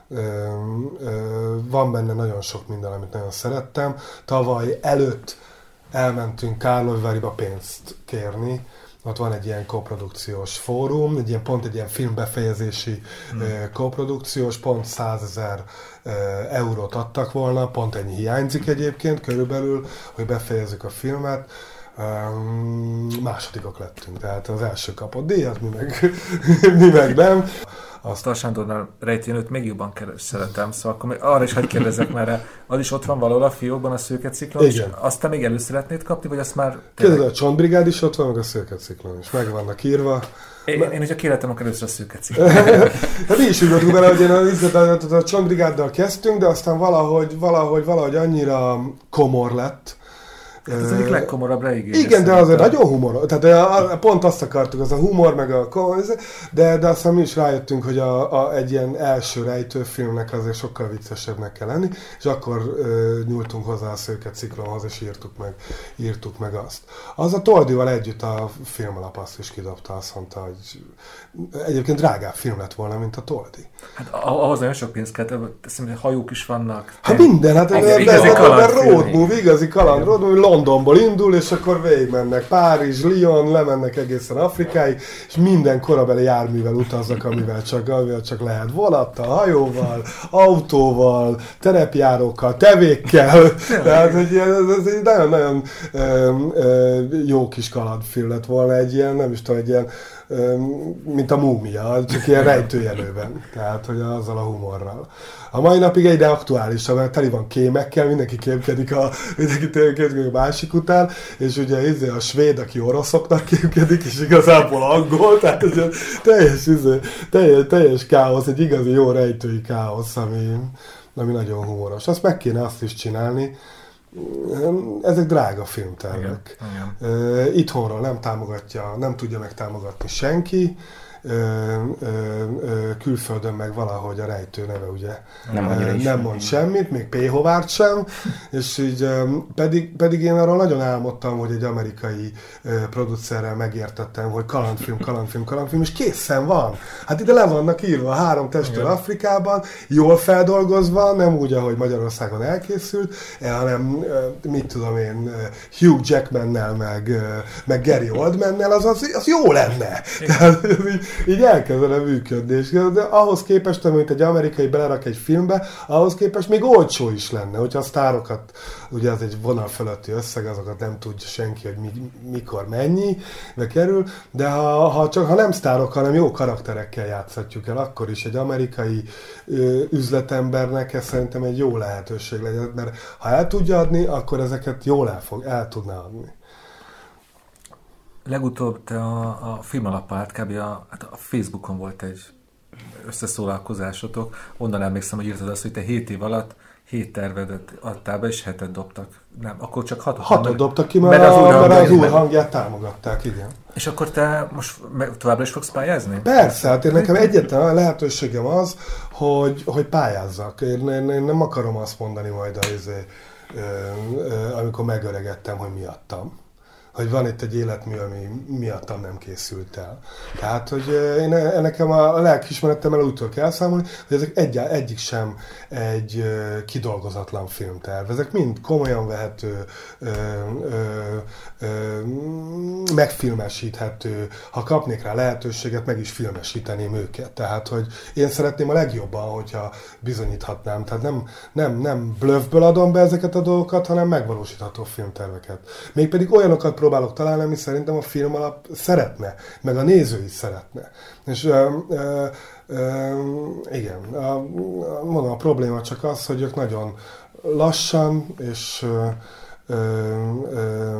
Van benne nagyon sok minden, amit nagyon szerettem. Tavaly előtt elmentünk Karlovy-Varyba pénzt kérni. Ott van egy ilyen koprodukciós fórum, egy ilyen, pont egy ilyen filmbefejezési hmm. koprodukciós, pont százezer eurót adtak volna, pont ennyi hiányzik egyébként körülbelül, hogy befejezzük a filmet. Um, másodikok lettünk, tehát az első kapott díjat, mi meg, mi meg nem. Azt a Sándornál rejtőnőt még jobban szeretem, szóval akkor arra is hadd kérdezzek, mert az is ott van valahol a fiókban, a Szőke-ciklon, és azt te még elő szeretnéd kapni, vagy azt már... Kérdez, a Csontbrigád is ott van, meg a Szőke-ciklon is, meg vannak írva. Én, én hogyha kérletem, akkor először a Szőke-ciklon. Hát mi is úgy voltunk bele, hogy én a, a, a Csontbrigáddal kezdtünk, de aztán valahogy, valahogy, valahogy annyira komor lett. Hát az egyik legkomorabb reigény. Igen, de azért nagyon humor. Tehát pont azt akartuk, az a humor, meg a de, de aztán mi is rájöttünk, hogy a, a, egy ilyen első rejtőfilmnek azért sokkal viccesebbnek kell lenni, és akkor uh, nyúltunk hozzá a Szőke-ciklonhoz, és írtuk meg, írtuk meg azt. Az a Toldival együtt a filmalap azt is kidobta, azt mondta, hogy egyébként drágább film lett volna, mint a Toldi. Hát ahhoz nagyon sok pénzt kell, hogy hajók is vannak. Hát minden, hát ez igazi kalandfilm. Road movie, igazi kaland, road movie, Londonból indul, és akkor végigmennek Párizs, Lyon, lemennek egészen Afrikáig, és minden korabeli járművel utaznak, amivel csak, amivel csak lehet. Vonattal, hajóval, autóval, terepjárókkal, tevékkel. Tehát, hogy ez, ez egy nagyon-nagyon jó kis kalandfilm lett volna, egy ilyen, nem is tudom, egy ilyen mint a Múmia, csak ilyen rejtőjelőben, tehát hogy azzal a humorral. A mai napig egyre aktuálisabb, mert teli van kémekkel, mindenki kémkedik a, mindenki kémkedik a másik után, és ugye izé a svéd, aki oroszoknak kémkedik, és igazából angol, tehát ez teljes, izé, teljes, teljes káosz, egy igazi jó rejtői káosz, ami, ami nagyon humoros. Azt meg kéne azt is csinálni. Ezek drága filmtervek. Igen, igen. Itthonról nem támogatja, nem tudja megtámogatni senki. Ö, ö, ö, külföldön meg valahogy a rejtő neve ugye nem, ö, nem mond semmit, még P. Howard sem, és így ö, pedig, pedig én arról nagyon álmodtam, hogy egy amerikai ö, producerrel megértettem, hogy kalandfilm, kalandfilm, kalandfilm, és készen van. Hát ide le vannak írva három testőr Afrikában, jól feldolgozva, nem úgy, ahogy Magyarországon elkészült, hanem ö, mit tudom én, Hugh Jackmannel, meg, ö, meg Gary Oldmannel, az, az, az jó lenne. Tehát, így, így elkezdene működni, és de ahhoz képest, amit egy amerikai belerak egy filmbe, ahhoz képest még olcsó is lenne, hogyha a sztárokat, ugye az egy vonal fölötti összeg, azokat nem tudja senki, hogy mi, mikor mennyibe kerül, de ha, ha, csak, ha nem sztárok, hanem jó karakterekkel játszhatjuk el, akkor is egy amerikai ö, üzletembernek ez szerintem egy jó lehetőség legyen, mert ha el tudja adni, akkor ezeket jól el, fog, el tudná adni. Legutóbb te a, a filmalappal kb. A, hát a Facebookon volt egy összeszólalkozásotok, onnan emlékszem, hogy írtad azt, hogy te hét év alatt hét tervedet adtál be, és hetet dobtak. Nem, akkor csak hatot. Hatot nem, dobtak ki, mert, mert az úr, mert az úr hangját támogatták, igen. És akkor te most továbbra is fogsz pályázni? Persze, hát én nekem egyetlen lehetőségem az, hogy, hogy pályázzak. Én, én, én nem akarom azt mondani majd, azért, amikor megöregettem, hogy miattam. Hogy van itt egy életmű, ami miattam nem készült el. Tehát, hogy én, nekem a lelkiismeretemmel úgy tudok elszámolni, hogy ezek egy, egyik sem egy kidolgozatlan filmterv. Ezek mind komolyan vehető, ö, ö, ö, megfilmesíthető, ha kapnék rá lehetőséget, meg is filmesíteném őket. Tehát, hogy én szeretném a legjobban, hogyha bizonyíthatnám. Tehát nem, nem, nem bluffből adom be ezeket a dolgokat, hanem megvalósítható filmterveket. Mégpedig olyanokat próbálok találni, ami szerintem a film alap szeretne, meg a néző is szeretne. És ö, ö, ö, igen, a, mondom, a probléma csak az, hogy ők nagyon lassan, és ö, ö, ö,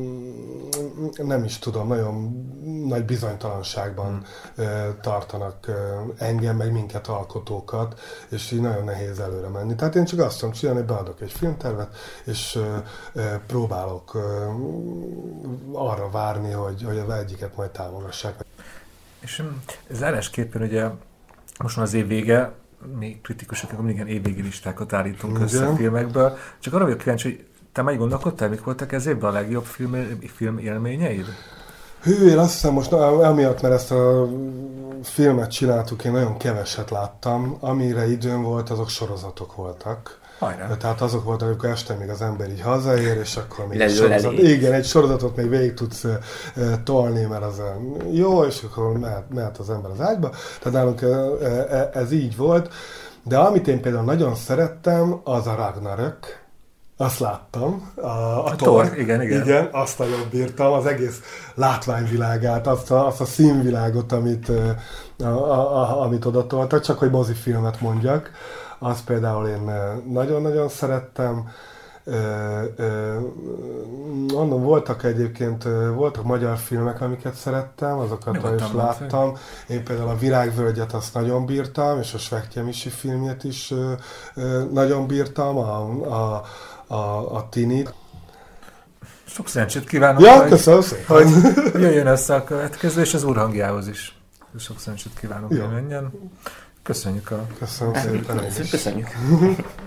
nem is tudom, nagyon nagy bizonytalanságban ö, tartanak ö, engem, meg minket alkotókat, és így nagyon nehéz előre menni. Tehát én csak azt tudom csinálni, hogy beadok egy filmtervet, és ö, ö, próbálok ö, arra várni, hogy, hogy az egyiket majd támogassák. És zárásképpen ugye most van az év vége, mi kritikusok, akkor mindig ilyen évvégi listákat állítunk össze a filmekből. Csak arra vagyok kíváncsi, hogy te már így gondolkodtál, mik voltak ez évben a legjobb film, film élményeid? Hű, én azt hiszem most amiatt, mert ezt a filmet csináltuk, én nagyon keveset láttam. Amire időm volt, azok sorozatok voltak. Hajrá. Tehát azok voltak, amikor este még az ember így hazaér, és akkor még egy sorozat, igen, egy sorozatot még végig tudsz uh, tolni, mert az uh, jó, és akkor mehet, mehet az ember az ágyba. Tehát nálunk uh, uh, ez így volt. De amit én például nagyon szerettem, az a Ragnarök. Azt láttam. A, a, a Thor, igen, igen. Igen, azt nagyon bírtam, az egész látványvilágát, azt a, azt a színvilágot, amit, a, a, a, amit oda toltak, csak hogy mozifilmet mondjak. Azt például én nagyon-nagyon szerettem. Mondom, voltak egyébként, voltak magyar filmek, amiket szerettem, azokat is láttam. Én például a Virágvölgyet azt nagyon bírtam, és a Svehetje Misi filmjét is nagyon bírtam, a, a, a, a Tinit. Sok szerencsét kívánok, ja, hogy, köszönöm hogy jöjjön össze a következő, és az úr hangjához is. Sok szerencsét kívánok, hogy menjen. Köszönjük a... Köszönöm szépen. Köszönjük.